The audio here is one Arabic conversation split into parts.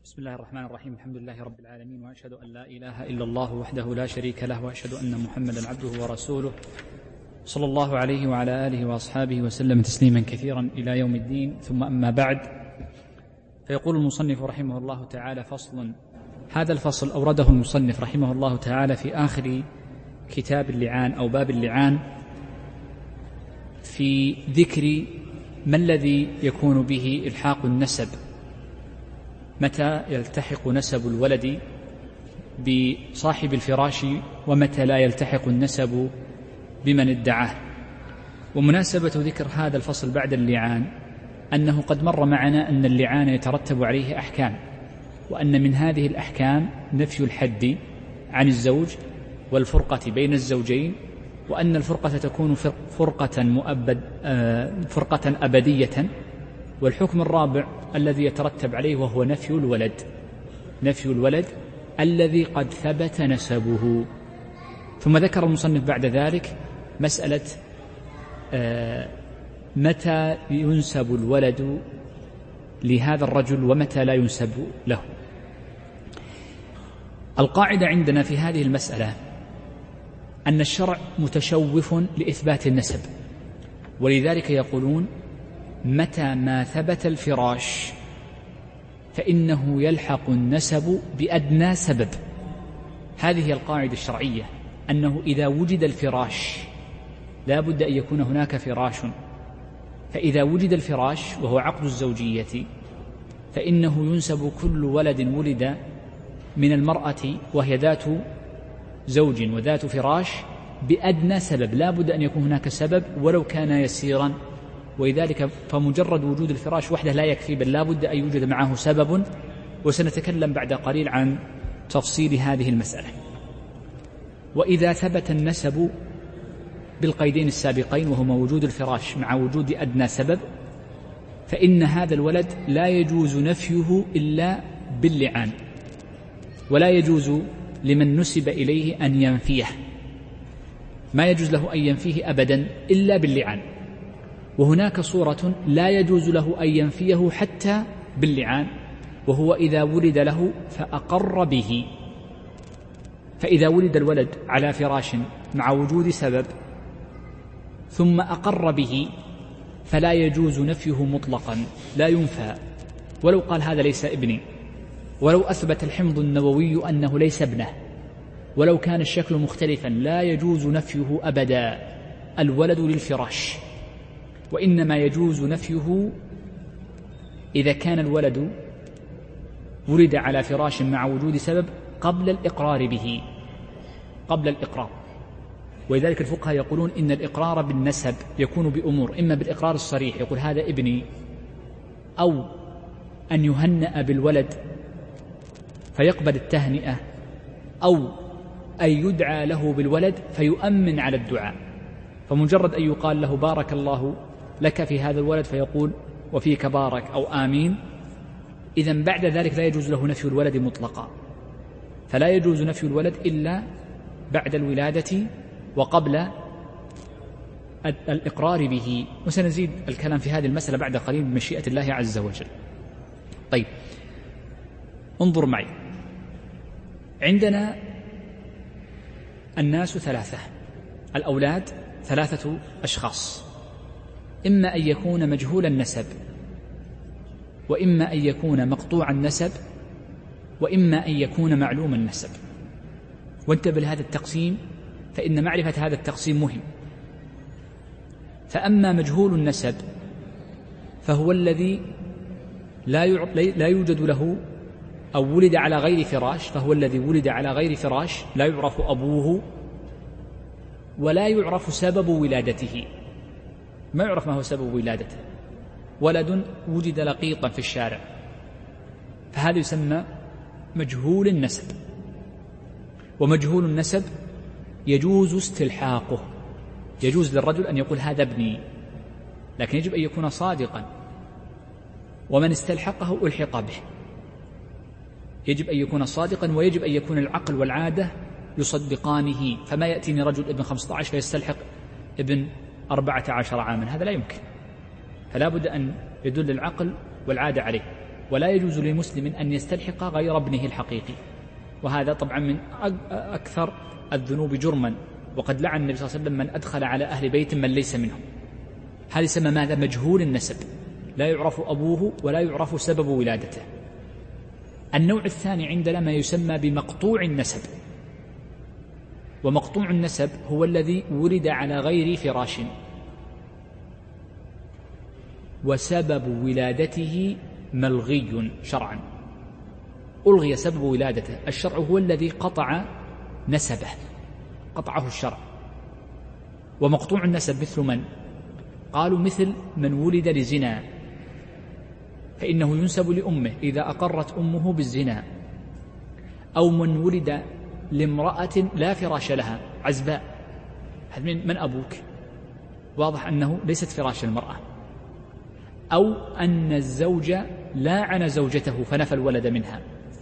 بسم الله الرحمن الرحيم. الحمد لله رب العالمين، وأشهد أن لا إله إلا الله وحده لا شريك له، وأشهد أن محمدا عبده ورسوله صلى الله عليه وعلى آله وأصحابه وسلم تسليما كثيرا إلى يوم الدين. ثم أما بعد، فيقول المصنف رحمه الله تعالى: فصل. هذا الفصل أورده المصنف رحمه الله تعالى في آخر كتاب اللعان أو باب اللعان، في ذكر ما الذي يكون به إلحاق النسب، متى يلتحق نسب الولد بصاحب الفراش ومتى لا يلتحق النسب بمن ادعاه. ومناسبة ذكر هذا الفصل بعد اللعان أنه قد مر معنا أن اللعان يترتب عليه أحكام، وأن من هذه الأحكام نفي الحد عن الزوج والفرقة بين الزوجين، وأن الفرقة تكون فرقة أبدية. والحكم الرابع الذي يترتب عليه وهو نفي الولد الذي قد ثبت نسبه. ثم ذكر المصنف بعد ذلك مسألة متى ينسب الولد لهذا الرجل ومتى لا ينسب له. القاعدة عندنا في هذه المسألة أن الشرع متشوف لإثبات النسب، ولذلك يقولون: متى ما ثبت الفراش فإنه يلحق النسب بأدنى سبب. هذه هي القاعدة الشرعية، أنه إذا وجد الفراش لا بد أن يكون هناك فراش، فإذا وجد الفراش وهو عقد الزوجية فإنه ينسب كل ولد ولد من المرأة وهي ذات زوج وذات فراش بأدنى سبب. لا بد أن يكون هناك سبب ولو كان يسيرا، ولذلك فمجرد وجود الفراش وحده لا يكفي، بل لا بد أن يوجد معه سبب، وسنتكلم بعد قليل عن تفصيل هذه المسألة. وإذا ثبت النسب بالقيدين السابقين، وهما وجود الفراش مع وجود أدنى سبب، فإن هذا الولد لا يجوز نفيه إلا باللعان، ولا يجوز لمن نسب إليه أن ينفيه، ما يجوز له أن ينفيه أبدا إلا باللعان. وهناك صورة لا يجوز له أن ينفيه حتى باللعان، وهو إذا ولد له فأقر به. فإذا ولد الولد على فراش مع وجود سبب ثم أقر به فلا يجوز نفيه مطلقا، لا ينفى، ولو قال هذا ليس ابني، ولو أثبت الحمض النووي أنه ليس ابنه، ولو كان الشكل مختلفا، لا يجوز نفيه أبدا الولد للفراش. وإنما يجوز نفيه إذا كان الولد ولد على فراش مع وجود سبب قبل الإقرار به، قبل الإقرار. ولذلك الفقهاء يقولون إن الإقرار بالنسب يكون بأمور: إما بالإقرار الصريح يقول هذا ابني، أو أن يهنأ بالولد فيقبل التهنئة، أو أن يدعى له بالولد فيؤمن على الدعاء. فمجرد أن يقال له بارك الله لك في هذا الولد فيقول وفيك بارك أو آمين، إذن بعد ذلك لا يجوز له نفي الولد مطلقا. فلا يجوز نفي الولد إلا بعد الولادة وقبل الإقرار به. وسنزيد الكلام في هذه المسألة بعد قليل بمشيئة الله عز وجل. طيب، انظر معي. عندنا الناس ثلاثة، الأولاد ثلاثة أشخاص: إما أن يكون مجهول النسب، وإما أن يكون مقطوع النسب، وإما أن يكون معلوم النسب. وانتبه لهذا التقسيم، فإن معرفة هذا التقسيم مهم. فأما مجهول النسب فهو الذي لا يوجد له، أو ولد على غير فراش، فهو الذي ولد على غير فراش، لا يعرف أبوه ولا يعرف سبب ولادته، ما يعرف ما هو سبب ولادته. ولد وجد لقيطا في الشارع، فهذا يسمى مجهول النسب. ومجهول النسب يجوز استلحاقه، يجوز للرجل أن يقول هذا ابني، لكن يجب أن يكون صادقا، ومن استلحقه ألحق به. يجب أن يكون صادقا، ويجب أن يكون العقل والعادة يصدقانه. فما يأتيني رجل ابن 15 فيستلحق ابن 14 عاما، هذا لا يمكن. فلا بد أن يدل العقل والعادة عليه. ولا يجوز لمسلم أن يستلحق غير ابنه الحقيقي، وهذا طبعا من أكثر الذنوب جرما، وقد لعن النبي صلى الله عليه وسلم من أدخل على أهل بيت من ليس منهم. هذا يسمى ماذا؟ مجهول النسب، لا يعرف أبوه ولا يعرف سبب ولادته. النوع الثاني عندنا ما يسمى بمقطوع النسب، ومقطوع النسب هو الذي ولد على غير فراش وسبب ولادته ملغي شرعا، ألغي سبب ولادته، الشرع هو الذي قطع نسبه، قطعه الشرع. ومقطوع النسب مثل من؟ قالوا مثل من ولد لزنا فإنه ينسب لأمه إذا أقرت أمه بالزنا، أو من ولد لامرأة لا فراش لها عزباء، من أبوك؟ واضح أنه ليست فراش المرأة. أو أن الزوج لاعن زوجته فنفى الولد منها،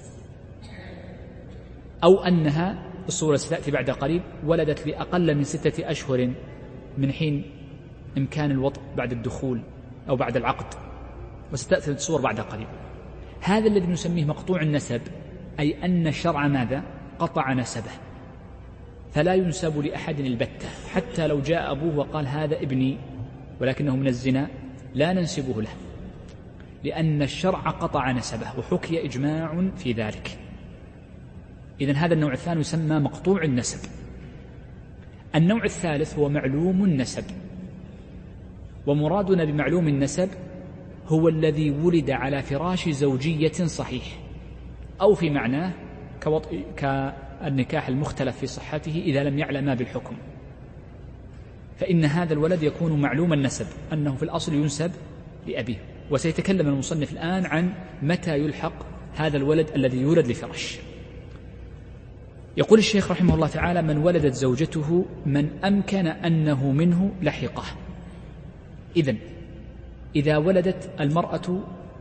أو أنها، الصورة ستأتي بعد قريب، ولدت لأقل من 6 أشهر من حين إمكان الوطء بعد الدخول أو بعد العقد، وستأتي الصور بعد قريب. هذا الذي نسميه مقطوع النسب، أي أن الشرع ماذا؟ قطع نسبه، فلا ينسب لأحد البتة، حتى لو جاء أبوه وقال هذا ابني ولكنه من الزنا لا ننسبه له، لأن الشرع قطع نسبه وحكي إجماع في ذلك. إذن هذا النوع الثاني يسمى مقطوع النسب. النوع الثالث هو معلوم النسب، ومرادنا بمعلوم النسب هو الذي ولد على فراش زوجية صحيح، أو في معناه كالنكاح المختلف في صحته إذا لم يعلم بالحكم، فإن هذا الولد يكون معلوم النسب، أنه في الأصل ينسب لأبيه. وسيتكلم المصنف الآن عن متى يلحق هذا الولد الذي يولد لفراش. يقول الشيخ رحمه الله تعالى: من ولدت زوجته من أمكن أنه منه لحقه. إذا ولدت المرأة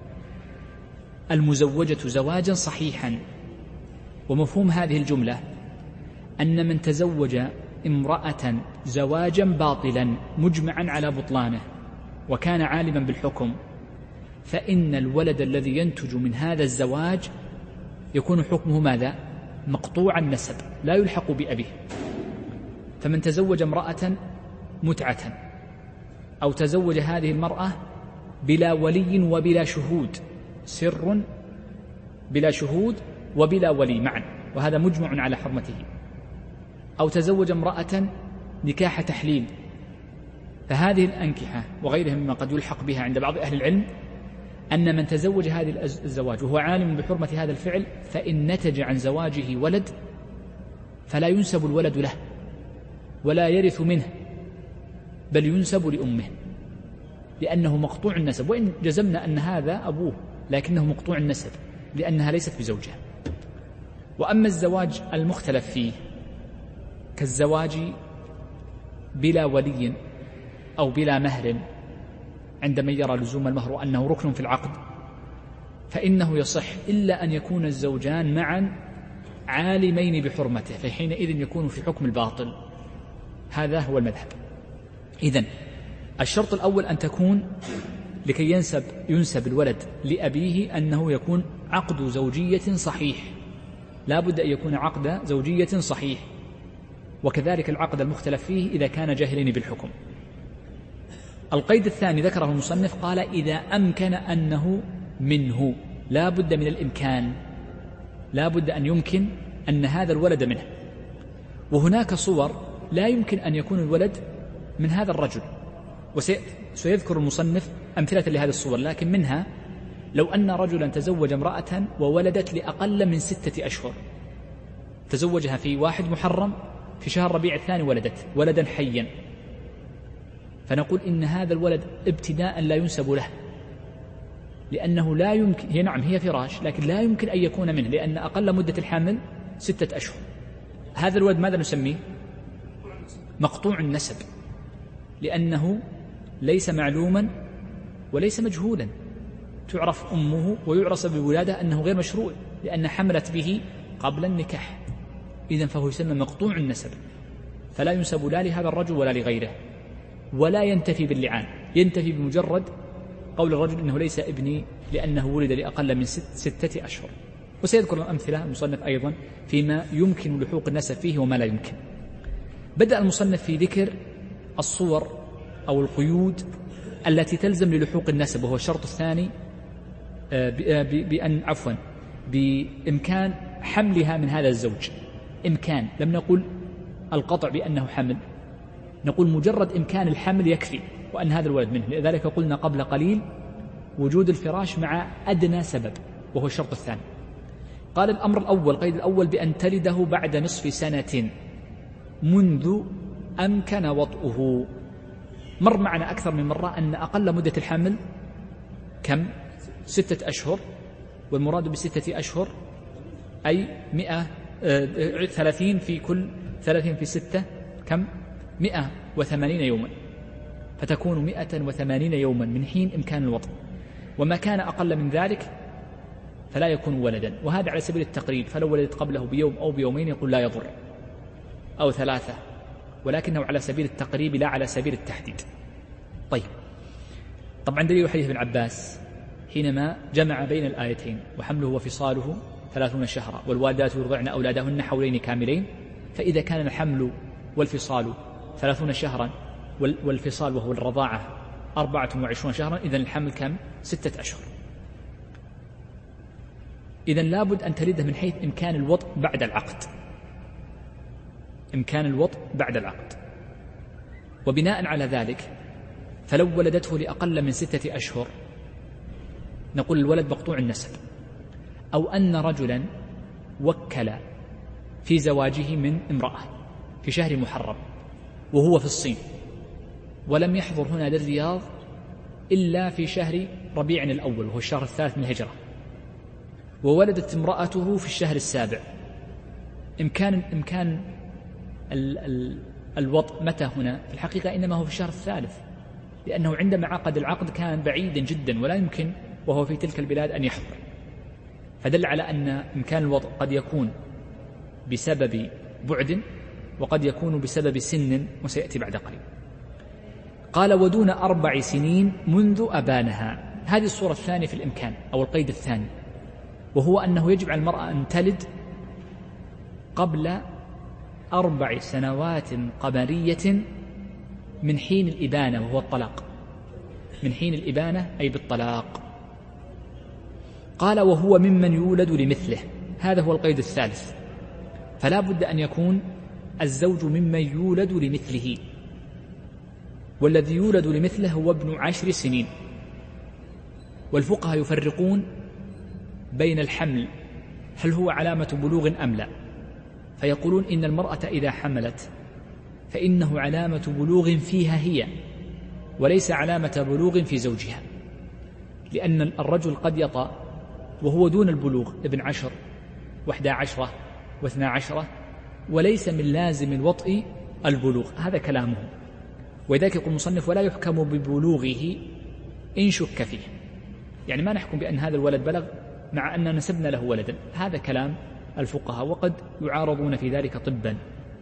المزوجة زواجا صحيحا، ومفهوم هذه الجملة أن من تزوج امرأة زواجا باطلا مجمعا على بطلانه وكان عالما بالحكم، فإن الولد الذي ينتج من هذا الزواج يكون حكمه ماذا؟ مقطوع النسب، لا يلحق بأبيه. فمن تزوج امرأة متعة، أو تزوج هذه المرأة بلا ولي وبلا شهود، سر بلا شهود وبلا ولي معا، وهذا مجمع على حرمته، أو تزوج امرأة نكاح تحليل، فهذه الأنكحة وغيرها مما قد يلحق بها عند بعض أهل العلم أن من تزوج هذه الزواج وهو عالم بحرمة هذا الفعل، فإن نتج عن زواجه ولد فلا ينسب الولد له ولا يرث منه، بل ينسب لأمه، لأنه مقطوع النسب، وإن جزمنا أن هذا أبوه لكنه مقطوع النسب لأنها ليست بزوجة. وأما الزواج المختلف فيه كالزواج بلا ولي أو بلا مهر، عند من يرى لزوم المهر وأنه ركن في العقد، فإنه يصح إلا أن يكون الزوجان معا عالمين بحرمته، فحينئذ يكون في حكم الباطل. هذا هو المذهب. إذن الشرط الأول أن تكون لكي ينسب الولد لأبيه أنه يكون عقد زوجية صحيح، لا بد أن يكون عقد زوجية صحيح، وكذلك العقد المختلف فيه إذا كان جاهلين بالحكم. القيد الثاني ذكره المصنف، قال إذا أمكن أنه منه، لا بد من الإمكان، لا بد أن يمكن أن هذا الولد منه. وهناك صور لا يمكن أن يكون الولد من هذا الرجل، وسيذكر المصنف أمثلة لهذه الصور، لكن منها لو أن رجلا تزوج امرأة وولدت لأقل من 6 أشهر، تزوجها في 1 محرم، في شهر ربيع الثاني ولدت ولدا حيا، فنقول إن هذا الولد ابتداء لا ينسب له، لأنه لا يمكن، هي نعم هي فراش لكن لا يمكن أن يكون منه، لأن أقل مدة الحمل 6 أشهر. هذا الولد ماذا نسميه؟ مقطوع النسب، لأنه ليس معلوما وليس مجهولا، تعرف أمه ويعرف بولاده أنه غير مشروع لأن حملت به قبل النكاح، إذن فهو يسمى مقطوع النسب، فلا ينسب لا لهذا الرجل ولا لغيره، ولا ينتفي باللعان، ينتفي بمجرد قول الرجل إنه ليس ابني لأنه ولد لأقل من 6 أشهر. وسيذكر الأمثلة المصنف أيضا فيما يمكن لحوق النسب فيه وما لا يمكن. بدأ المصنف في ذكر الصور أو القيود التي تلزم للحوق النسب، وهو الشرط الثاني بإمكان حملها من هذا الزوج. إمكان، لم نقل القطع بأنه حمل، نقول مجرد إمكان الحمل يكفي وأن هذا الولد منه. لذلك قلنا قبل قليل وجود الفراش مع أدنى سبب، وهو الشرط الثاني. قال الأمر الأول، قيد الأول، بأن تلده بعد نصف سنة منذ أمكن وطئه. مر معنا أكثر من مرة أن أقل مدة الحمل كم؟ 6 أشهر، والمراد ب6 أشهر أي 30 في كل 30 في 6 كم؟ 180 يوما، فتكون 180 يوما من حين إمكان الوطء. وما كان أقل من ذلك فلا يكون ولدا، وهذا على سبيل التقريب، فلو ولدت قبله بيوم أو بيومين يقول لا يضر، أو 3، ولكنه على سبيل التقريب لا على سبيل التحديد. طيب، طبعا دليل حديث ابن عباس حينما جمع بين الآيتين وحمله وفصاله 30 شهرا والوالدات يرضعن أولادهن حولين كاملين، فإذا كان الحمل والفصال 30 شهرا والفصال وهو الرضاعة 24 شهرا، إذن الحمل كم؟ 6 أشهر. إذن لابد أن تلده من حيث إمكان الوطء بعد العقد، إمكان الوطء بعد العقد. وبناء على ذلك فلو ولدته لأقل من 6 أشهر نقول الولد مقطوع النسب. أو أن رجلا وكل في زواجه من امرأة في شهر محرم وهو في الصين، ولم يحضر هنا للرياض إلا في شهر ربيع الأول وهو الشهر الثالث من الهجرة، وولدت امرأته في الشهر السابع. إمكان الوطء متى هنا؟ في الحقيقة إنما هو في الشهر الثالث، لأنه عندما عقد العقد كان بعيدا جدا ولا يمكن وهو في تلك البلاد أن يحضر، فدل على أن إمكان الوطء قد يكون بسبب بعد وقد يكون بسبب سن، وسيأتي بعد قليل. قال ودون 4 سنين منذ أبانها. هذه الصورة الثانية في الإمكان أو القيد الثاني، وهو أنه يجب على المرأة أن تلد قبل 4 سنوات قمرية من حين الإبانة وهو الطلاق، من حين الإبانة أي بالطلاق. قال وهو ممن يولد لمثله، هذا هو القيد الثالث، فلا بد أن يكون الزوج ممن يولد لمثله، والذي يولد لمثله هو ابن 10 سنين. والفقهاء يفرقون بين الحمل هل هو علامة بلوغ أم لا، فيقولون إن المرأة إذا حملت فإنه علامة بلوغ فيها هي وليس علامة بلوغ في زوجها، لأن الرجل قد يطأ وهو دون البلوغ ابن 10 و11 و12، وليس من لازم الوطء البلوغ، هذا كلامه. ولذلك يقول المصنف ولا يحكم ببلوغه إن شك فيه، يعني ما نحكم بأن هذا الولد بلغ مع أن نسبنا له ولدا، هذا كلام الفقهاء وقد يعارضون في ذلك طبا،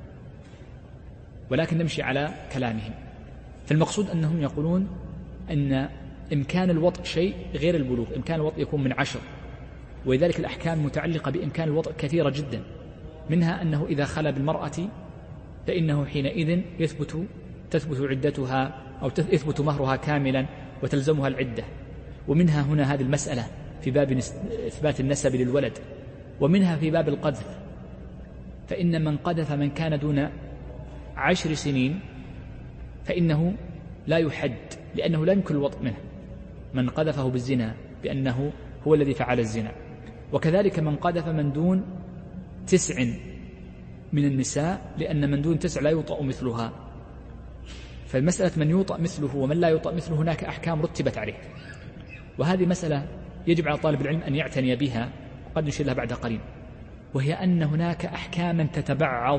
ولكن نمشي على كلامهم. فالمقصود أنهم يقولون أن إمكان الوطء شيء غير البلوغ، إمكان الوطء يكون من 10، ولذلك الأحكام متعلقة بإمكان الوطء كثيرة جدا، منها أنه إذا خلا بالمرأة فإنه حينئذ تثبت عدتها أو يثبت مهرها كاملا وتلزمها العدة، ومنها هنا هذه المسألة في باب إثبات النسب للولد، ومنها في باب القذف، فإن من قذف من كان دون 10 سنين فإنه لا يحد، لأنه لا يمكن الوطء منه، من قذفه بالزنا بأنه هو الذي فعل الزنا. وكذلك من قذف من دون 9 من النساء، لأن من دون 9 لا يوطأ مثلها. فالمسألة من يوطأ مثله ومن لا يوطأ مثله هناك أحكام رتبت عليه، وهذه مسألة يجب على طالب العلم أن يعتني بها، وقد نشير لها بعد قليل، وهي أن هناك أحكاما تتبعض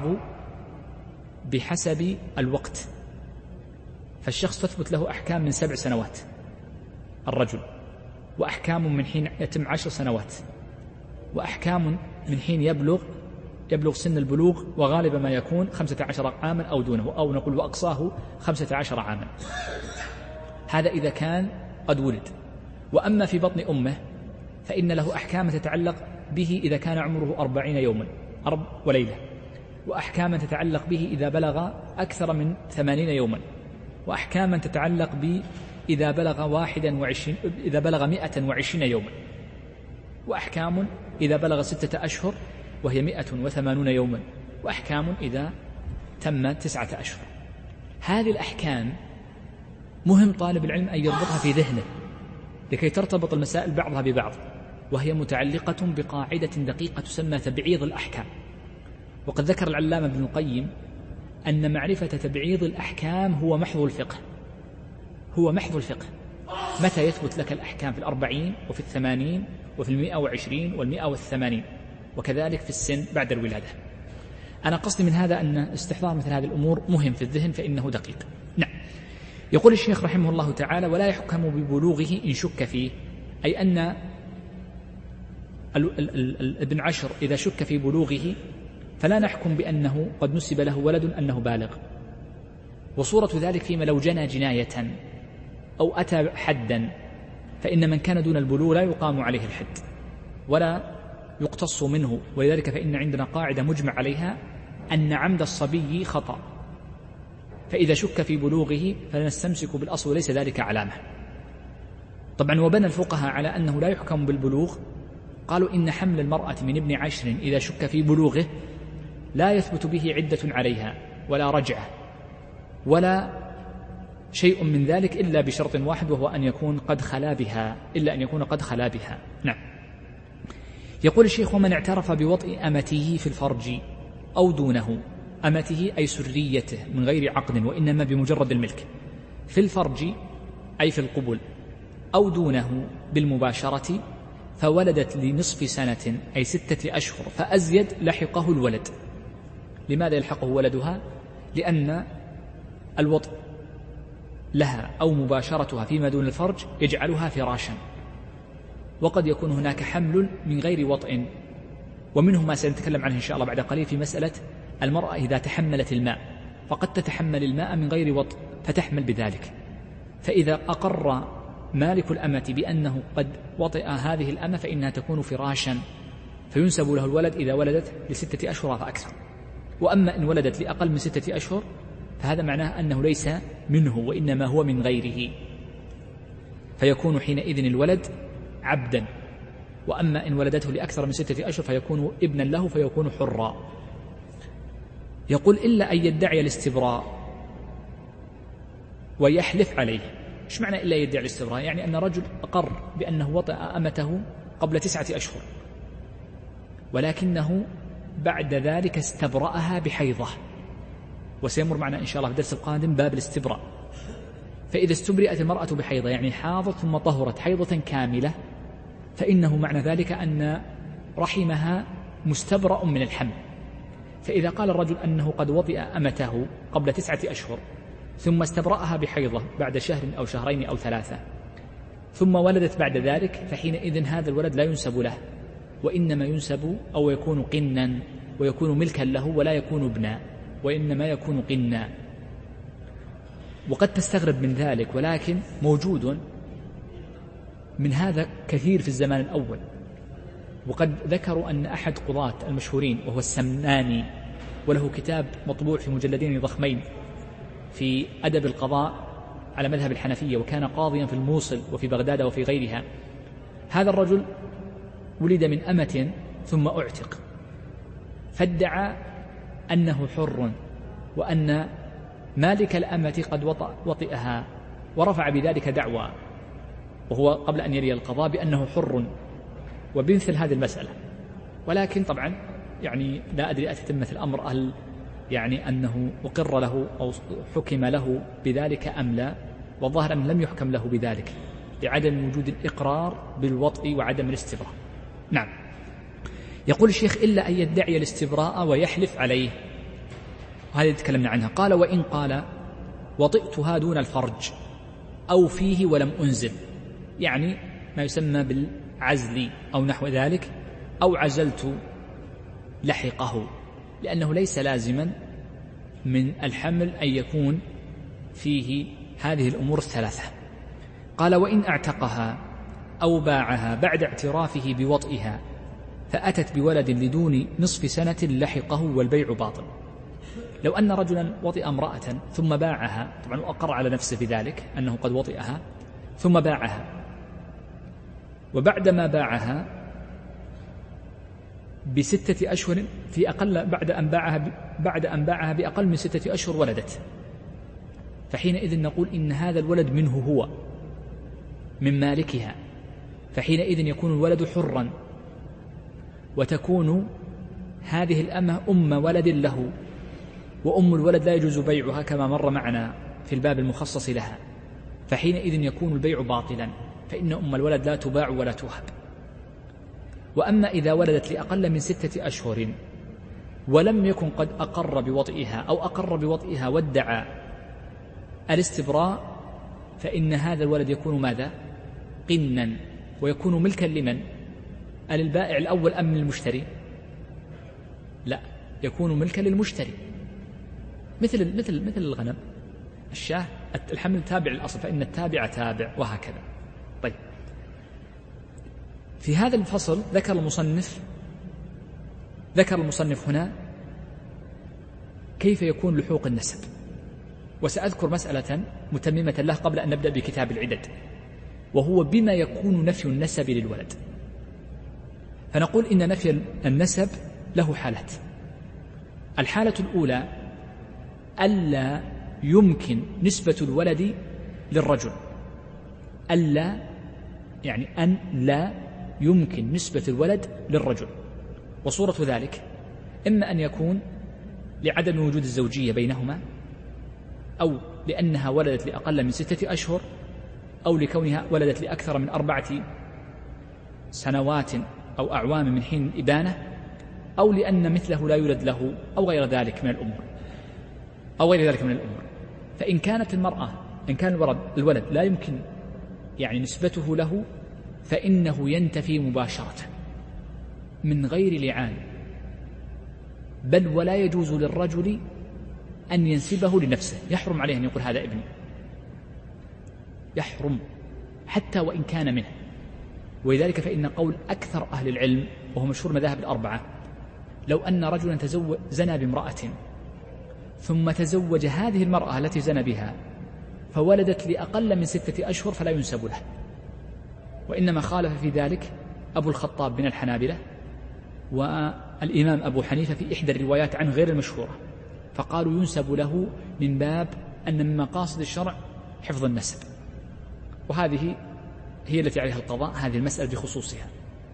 بحسب الوقت. فالشخص تثبت له أحكام من 7 سنوات الرجل، وأحكام من حين يتم 10 سنوات، وأحكام من حين يبلغ سن البلوغ، وغالبا ما يكون 15 عاما أو دونه، أو نقول وأقصاه 15 عاما. هذا إذا كان قد ولد. وأما في بطن أمه فإن له أحكام تتعلق به إذا كان عمره 40 يوما وليلة، وأحكاما تتعلق به إذا بلغ أكثر من 80 يوما، وأحكاما تتعلق به إذا بلغ 120 يوما، وأحكام إذا بلغ 6 أشهر وهي 180 يوما، وأحكام إذا تم 9 أشهر. هذه الأحكام مهم طالب العلم أن يربطها في ذهنه لكي ترتبط المسائل بعضها ببعض، وهي متعلقة بقاعدة دقيقة تسمى تبعيض الأحكام. وقد ذكر العلامة ابن القيم أن معرفة تبعيض الأحكام هو محض الفقه، هو محض الفقه. متى يثبت لك الأحكام؟ في 40 وفي 80 وفي 120 وال180، وكذلك في السن بعد الولادة. أنا قصدي من هذا أن استحضار مثل هذه الأمور مهم في الذهن فإنه دقيق. نعم. يقول الشيخ رحمه الله تعالى: ولا يحكم ببلوغه إن شك فيه، أي أن ابن عشر إذا شك في بلوغه فلا نحكم بأنه قد نسب له ولد أنه بالغ. وصورة ذلك فيما لو جنى جناية أو أتى حدا، فإن من كان دون البلوغ لا يقام عليه الحد ولا يقتص منه. ولذلك فإن عندنا قاعدة مجمع عليها أن عمد الصبي خطأ، فإذا شك في بلوغه فنستمسك بالأصل وليس ذلك علامة. طبعا وبنى الفقهاء على أنه لا يحكم بالبلوغ، قالوا إن حمل المرأة من ابن 10 إذا شك في بلوغه لا يثبت به عدة عليها ولا رجعة ولا شيء من ذلك إلا بشرط واحد، وهو أن يكون قد خلا بها. نعم. يقول الشيخ: ومن اعترف بوطئ أمته في الفرج أو دونه، أمته أي سريته من غير عقد وإنما بمجرد الملك، في الفرج أي في القبل، أو دونه بالمباشرة، فولدت لنصف سنة أي 6 أشهر فأزيد لحقه الولد. لماذا يلحقه ولدها؟ لأن الوطء لها أو مباشرتها فيما دون الفرج يجعلها فراشا، وقد يكون هناك حمل من غير وطء، ومنه ما سنتكلم عنه إن شاء الله بعد قليل في مسألة المرأة إذا تحملت الماء، فقد تتحمل الماء من غير وطء فتحمل بذلك. فإذا أقر مالك الأمة بأنه قد وطئ هذه الأمة فإنها تكون فراشا، فينسب له الولد إذا ولدت ل6 أشهر فأكثر. وأما إن ولدت لأقل من 6 أشهر فهذا معناه أنه ليس منه وإنما هو من غيره، فيكون حينئذ الولد عبدا. وأما إن ولدته لأكثر من 6 أشهر فيكون ابنا له فيكون حرا. يقول: إلا أن يدعي الاستبراء ويحلف عليه. إيش معنى إلا يدعي الاستبراء؟ يعني أن رجل أقر بأنه وطئ أمته قبل 9 أشهر، ولكنه بعد ذلك استبرأها بحيضة، وسيمر معنا إن شاء الله في الدرس القادم باب الاستبراء. فإذا استبرئت المرأة بحيضة يعني حاضت ثم طهرت حيضة كاملة، فإنه معنى ذلك أن رحمها مستبرأ من الحمل. فإذا قال الرجل أنه قد وطئ أمته قبل 9 أشهر ثم استبرأها بحيضة بعد 1 شهر أو 2 أو 3 ثم ولدت بعد ذلك، فحينئذ هذا الولد لا ينسب له، وإنما ينسب أو يكون قنا ويكون ملكا له ولا يكون ابنا، وإنما يكون قنا. وقد تستغرب من ذلك، ولكن موجود من هذا كثير في الزمان الأول. وقد ذكروا أن أحد قضاة المشهورين وهو السمناني، وله كتاب مطبوع في مجلدين ضخمين في أدب القضاء على مذهب الحنفية، وكان قاضيا في الموصل وفي بغداد وفي غيرها. هذا الرجل ولد من أمة ثم أعتق، فادعى أنه حر وأن مالك الأمة قد وطئها، ورفع بذلك دعوى وهو قبل أن يلي القضاء بأنه حر وبمثل هذه المسألة. ولكن طبعا يعني لا أدري أتتمة الأمر هل يعني أنه أقر له أو حكم له بذلك أم لا، والظاهر أن لم يحكم له بذلك لعدم وجود الإقرار بالوطء وعدم الاستبراء. نعم. يقول الشيخ: إلا أن يدعي الاستبراء ويحلف عليه، وهذه تكلمنا عنها. قال: وإن قال وطئتها دون الفرج أو فيه ولم أنزل، يعني ما يسمى بالعزل أو نحو ذلك، أو عزلت لحقه، لأنه ليس لازما من الحمل أن يكون فيه هذه الأمور الثلاثة. قال: وإن اعتقها أو باعها بعد اعترافه بوطئها فأتت بولد لدون نصف سنة لحقه والبيع باطل. لو أن رجلا وطئ امرأة ثم باعها، طبعا أقر على نفسه بذلك أنه قد وطئها، ثم باعها، وبعدما باعها ب6 أشهر في أقل بعد أن باعها بأقل من 6 أشهر ولدت، فحينئذ نقول إن هذا الولد منه هو من مالكها، فحينئذ يكون الولد حرا، وتكون هذه الأمة أم ولد له، وأم الولد لا يجوز بيعها كما مر معنا في الباب المخصص لها، فحينئذ يكون البيع باطلا، فإن أم الولد لا تباع ولا توهب. وأما إذا ولدت لأقل من 6 أشهر ولم يكن قد أقر بوطئها أو أقر بوطئها وادعى الاستبراء، فإن هذا الولد يكون ماذا؟ قنا، ويكون ملكا لمن؟ للبائع الأول أم للمشتري؟ لا، يكون ملكا للمشتري، مثل الغنم، الشاة، الحمل تابع للأصل، فإن التابع تابع، وهكذا. طيب، في هذا الفصل ذكر المصنف هنا كيف يكون لحوق النسب، وسأذكر مسألة متممة له قبل أن نبدأ بكتاب العدد، وهو بما يكون نفي النسب للولد. فنقول إن نفي النسب له حالات. الحالة الأولى ألا يمكن نسبة الولد للرجل، ألا يعني أن لا يمكن نسبة الولد للرجل، وصورة ذلك إما أن يكون لعدم وجود الزوجية بينهما، أو لأنها ولدت لأقل من 6 أشهر، أو لكونها ولدت لأكثر من 4 سنوات أو أعوام من حين الإبانة، أو لأن مثله لا يولد له، أو غير ذلك من الأمور. فإن كانت المرأة، إن كان الولد لا يمكن يعني نسبته له، فإنه ينتفي مباشرة من غير لعان، بل ولا يجوز للرجل أن ينسبه لنفسه، يحرم عليه أن يقول هذا ابني، يحرم حتى وإن كان منه. ولذلك فإن قول أكثر أهل العلم، وهو مشهور مذاهب الأربعة، لو أن رجلا زنى بامرأة ثم تزوج هذه المرأة التي زنى بها فولدت لأقل من 6 أشهر فلا ينسب له، وإنما خالف في ذلك أبو الخطاب من الحنابلة والإمام أبو حنيفة في إحدى الروايات عنه غير المشهورة، فقالوا ينسب له من باب أن من مقاصد الشرع حفظ النسب، وهذه هي التي عليها القضاء، هذه المسألة بخصوصها،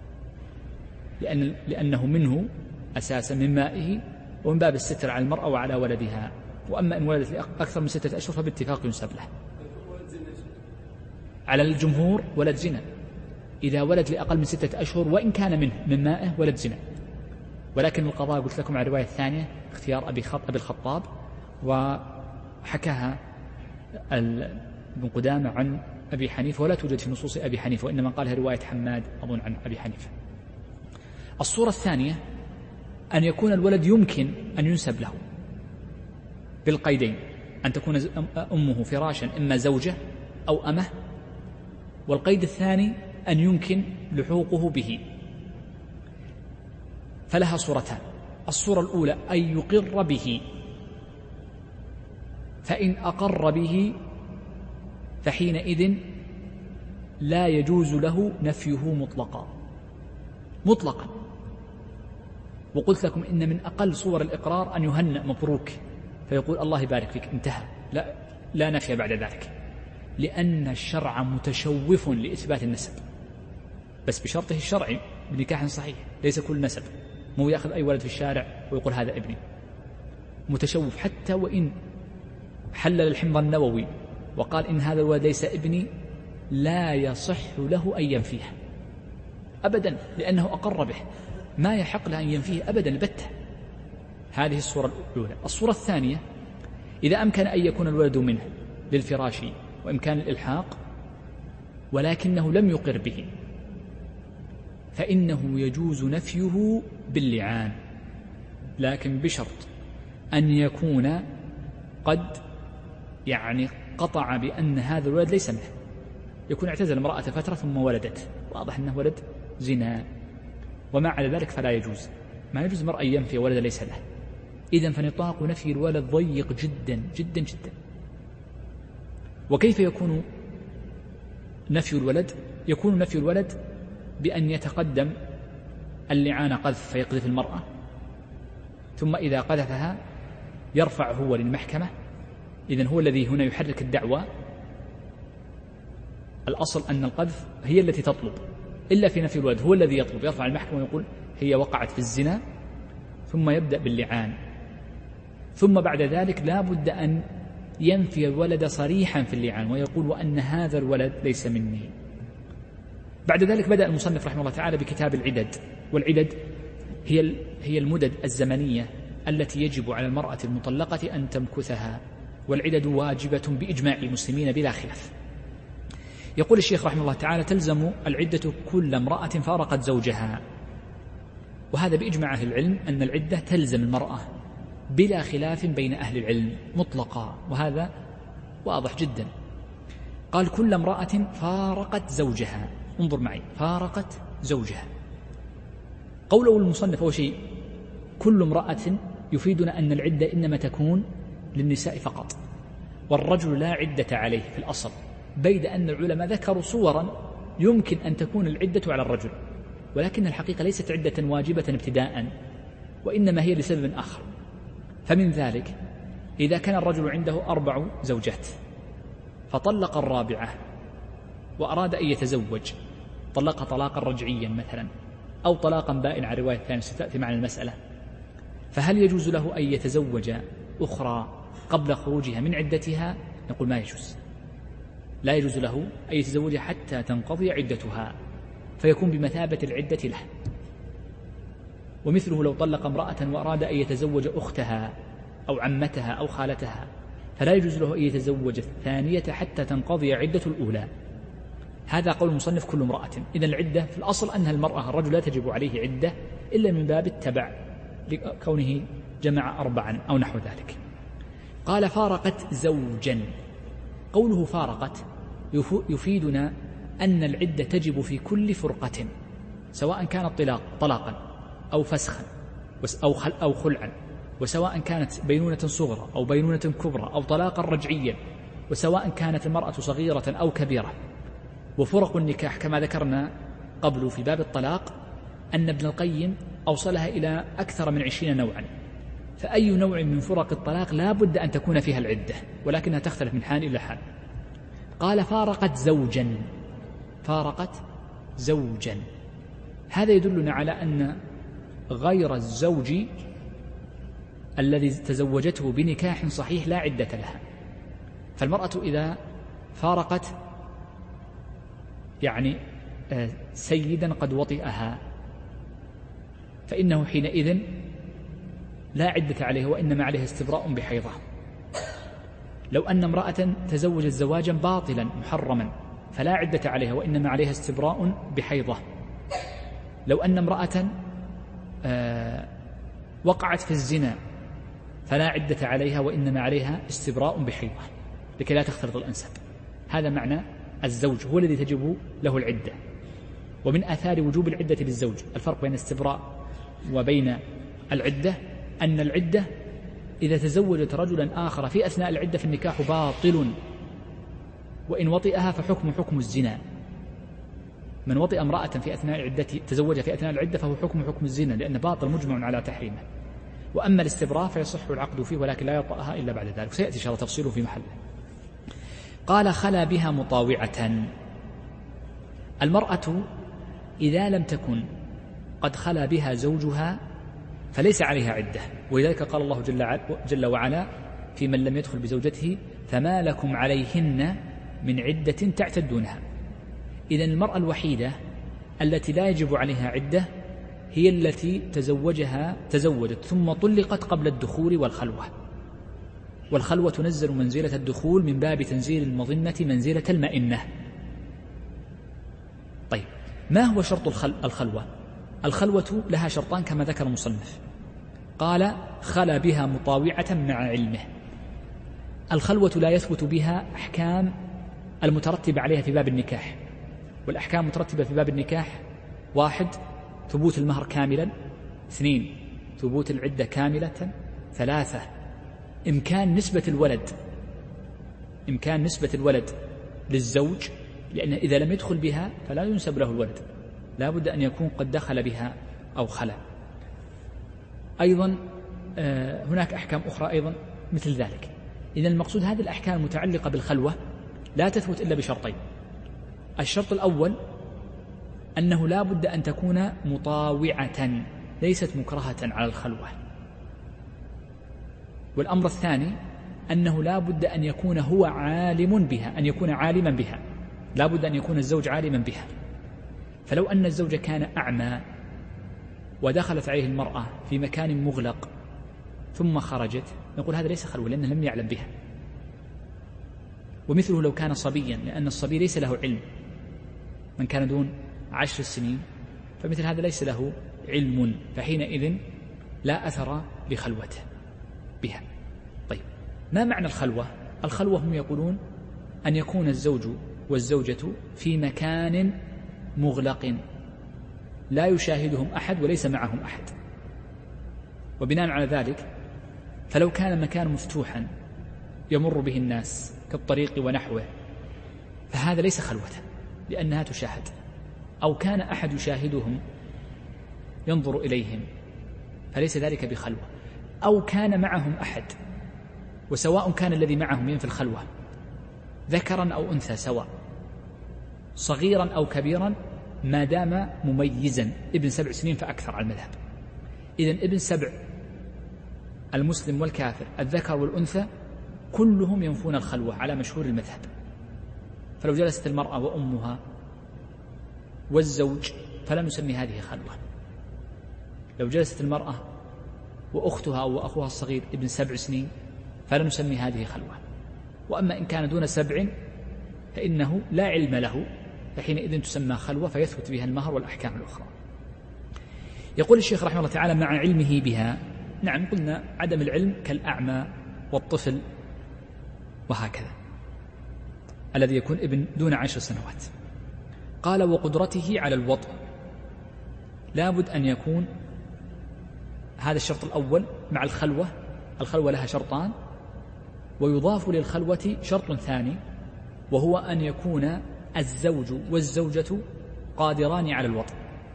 لأنه منه أساسا من مائه، ومن باب الستر على المرأة وعلى ولدها. وأما إن ولدت أكثر من 6 أشهر فباتفاق ينسب له. على الجمهور ولد زنا، إذا ولد لأقل من 6 أشهر وإن كان منه من مائه ولد زنا، ولكن القضاء قلت لكم على الرواية الثانية اختيار أبي الخطاب، وحكاها ابن قدامة عن أبي حنيفة، ولا توجد في نصوص أبي حنيفة، وإنما قالها رواية حماد أظن عن أبي حنيفة. الصورة الثانية أن يكون الولد يمكن أن ينسب له بالقيدين، أن تكون أمه فراشا إما زوجة أو أمه، والقيد الثاني أن يمكن لحوقه به. فلها صورتان: الصورة الأولى أن يقر به، فإن أقر به فحينئذ لا يجوز له نفيه مطلقا. وقلت لكم إن من أقل صور الإقرار أن يهنأ مبروك، فيقول الله يبارك فيك، انتهى، لا نفي بعد ذلك، لأن الشرع متشوف لإثبات النسب، بس بشرطه الشرعي بنكاح صحيح، ليس كل نسب، مو يأخذ أي ولد في الشارع ويقول هذا ابني، متشوف. حتى وإن حلل الحمض النووي وقال إن هذا الولد ليس ابني، لا يصح له أن ينفيه أبدا، لأنه أقر به، ما يحق له أن ينفيه أبدا البتة. هذه الصورة الأولى. الصورة الثانية إذا أمكن أن يكون الولد منه للفراش وإمكان الإلحاق ولكنه لم يقر به، فإنه يجوز نفيه باللعان، لكن بشرط أن يكون قد قطع بأن هذا الولد ليس منه، يكون اعتزل امرأة فترة ثم ولدت واضح أنه ولد زنا، وما على ذلك فلا يجوز. ما يجوز المرء أن ينفي ولد ليس له. إذن فنطاق نفي الولد ضيق جدا جدا جدا. وكيف يكون نفي الولد؟ يكون نفي الولد بأن يتقدم اللعان قذف فيقذف المرأة، ثم إذا قذفها يرفع هو للمحكمة. إذن هو الذي هنا يحرك الدعوة. الأصل أن القذف هي التي تطلب، إلا في نفي الولد هو الذي يطلب، يرفع المحكمة ويقول هي وقعت في الزنا، ثم يبدأ باللعان. ثم بعد ذلك لا بد أن ينفي الولد صريحا في اللعان ويقول وأن هذا الولد ليس مني. بعد ذلك بدأ المصنف رحمه الله تعالى بكتاب العدد. والعدد هي المدد الزمنية التي يجب على المرأة المطلقة أن تمكثها، والعدد واجبة بإجماع المسلمين بلا خلاف. يقول الشيخ رحمه الله تعالى: تلزم العدة كل امرأة فارقت زوجها. وهذا بإجماع أهل العلم أن العدة تلزم المرأة بلا خلاف بين أهل العلم مطلقا، وهذا واضح جدا. قال: كل امرأة فارقت زوجها. انظر معي، فارقت زوجها. قوله المصنف هو شيء كل امرأة يفيدنا أن العدة إنما تكون للنساء فقط، والرجل لا عدة عليه في الأصل، بيد أن العلماء ذكروا صورا يمكن أن تكون العدة على الرجل، ولكن الحقيقة ليست عدة واجبة ابتداء، وإنما هي لسبب آخر. فمن ذلك إذا كان الرجل عنده 4 زوجات فطلق الرابعة وأراد أن يتزوج، طلق طلاقا رجعيا مثلا، أو طلاقا بائن على رواية ثانية ستأتي معنا المسألة، فهل يجوز له أن يتزوج أخرى قبل خروجها من عدتها؟ نقول ما يجوز، لا يجوز له أن يتزوج حتى تنقضي عدتها، فيكون بمثابة العدة له. ومثله لو طلق امرأة وأراد أن يتزوج أختها أو عمتها أو خالتها، فلا يجوز له أن يتزوج الثانية حتى تنقضي عدة الأولى. هذا قول المصنف كل امرأة. إذن العدة في الأصل أنها المرأة، الرجل لا تجب عليه عدة إلا من باب التبع لكونه جمع 4 أو نحو ذلك. قال: فارقت زوجا. قوله فارقت يفيدنا أن العدة تجب في كل فرقة، سواء كانت طلاقا أو فسخا أو خلعا، وسواء كانت بينونة صغرى أو بينونة كبرى أو طلاقا رجعيا، وسواء كانت المرأة صغيرة أو كبيرة. وفرق النكاح كما ذكرنا قبل في باب الطلاق أن ابن القيم أوصلها إلى أكثر من 20 نوعا، فأي نوع من فرق الطلاق لا بد أن تكون فيها العدة، ولكنها تختلف من حال إلى حال. قال: فارقت زوجا. فارقت زوجا، هذا يدلنا على أن غير الزوج الذي تزوجته بنكاح صحيح لا عدة لها. فالمرأة إذا فارقت يعني سيدا قد وطئها فإنه حينئذ لا عدة عليه، وإنما عليه استبراء بحيضة. لو أن امرأة تزوجت زواجا باطلا محرما فلا عدة عليها، وإنما عليها استبراء بحيضة. لو أن امرأة وقعت في الزنا فلا عدة عليها، وإنما عليها استبراء بحيضة لكي لا تختلط الأنساب. هذا معنى الزوج، هو الذي تجب له العدة. ومن آثار وجوب العدة للزوج الفرق بين الاستبراء وبين العدة، أن العدة إذا تزوجت رجلا آخر في أثناء العدة فالنكاح باطل، وإن وطئها فحكم الزنا. من وطئ امرأة في أثناء عدته تزوجها في أثناء العدة فهو حكم الزنا، لأن باطل مجمع على تحريمه. وأما الاستبراء فيصح العقد فيه، ولكن لا يطأها إلا بعد ذلك، سيأتي إن شاء الله تفصيله في محله. قال: خلا بها مطاوعة. المرأة إذا لم تكن قد خلا بها زوجها فليس عليها عدة، ولذلك قال الله جل وعلا في من لم يدخل بزوجته: فما لكم عليهن من عدة تعتدونها. إذن المرأة الوحيدة التي لا يجب عليها عدة هي التي تزوجت ثم طلقت قبل الدخول والخلوة، والخلوة تنزل منزلة الدخول من باب تنزيل المظنة منزلة المئنة. طيب، ما هو شرط الخلوة؟ الخلوة لها شرطان كما ذكر المصنف. قال: خلا بها مطاوعة مع علمه. الخلوة لا يثبت بها أحكام المترتب عليها في باب النكاح، والأحكام مترتبة في باب النكاح: 1 ثبوت المهر كاملا، 2 ثبوت العدة كاملة، 3 إمكان نسبة الولد للزوج، لأن إذا لم يدخل بها فلا ينسب له الولد، لا بد أن يكون قد دخل بها أو خلا. أيضا هناك أحكام أخرى أيضا مثل ذلك. إذن المقصود هذه الأحكام المتعلقة بالخلوة لا تثبت إلا بشرطين: الشرط الأول أنه لا بد أن تكون مطاوعة ليست مكرهة على الخلوة، والأمر الثاني أنه لا بد أن يكون هو عالم بها، أن يكون عالما بها، لا بد أن يكون الزوج عالما بها. فلو أن الزوج كان أعمى ودخلت عليه المرأة في مكان مغلق ثم خرجت، نقول هذا ليس خلوة لأنه لم يعلم بها. ومثله لو كان صبيا، لأن الصبي ليس له علم، من كان دون 10 سنين فمثل هذا ليس له علم، فحينئذ لا أثر لخلوته بها. طيب، ما معنى الخلوة؟ الخلوة هم يقولون أن يكون الزوج والزوجة في مكان مغلق لا يشاهدهم أحد وليس معهم أحد. وبناء على ذلك فلو كان مكان مفتوحا يمر به الناس كالطريق ونحوه فهذا ليس خلوة لأنها تشاهد، أو كان أحد يشاهدهم ينظر إليهم فليس ذلك بخلوة، أو كان معهم أحد، وسواء كان الذي معهم في الخلوة ذكرا أو أنثى سواء، صغيرا أو كبيرا، ما دام مميزا، ابن 7 سنين فأكثر على المذهب. إذن ابن 7 المسلم والكافر الذكر والأنثى كلهم ينفون الخلوة على مشهور المذهب. فلو جلست المرأة وأمها والزوج فلا نسمي هذه خلوة. لو جلست المرأة وأختها أو أخوها الصغير ابن 7 سنين فلا نسمي هذه خلوة. وأما إن كان دون 7 فإنه لا علم له، فحينئذ تسمى خلوة فيثبت بها المهر والأحكام الأخرى. يقول الشيخ رحمه الله تعالى: مع علمه بها. نعم، قلنا عدم العلم كالأعمى والطفل وهكذا، الذي يكون ابن دون 10 سنوات. قال: وقدرته على الوطء. لابد أن يكون هذا الشرط الأول مع الخلوة. الخلوة لها شرطان، ويضاف للخلوة شرط ثاني، وهو أن يكون الزوج والزوجة قادران على الوطء.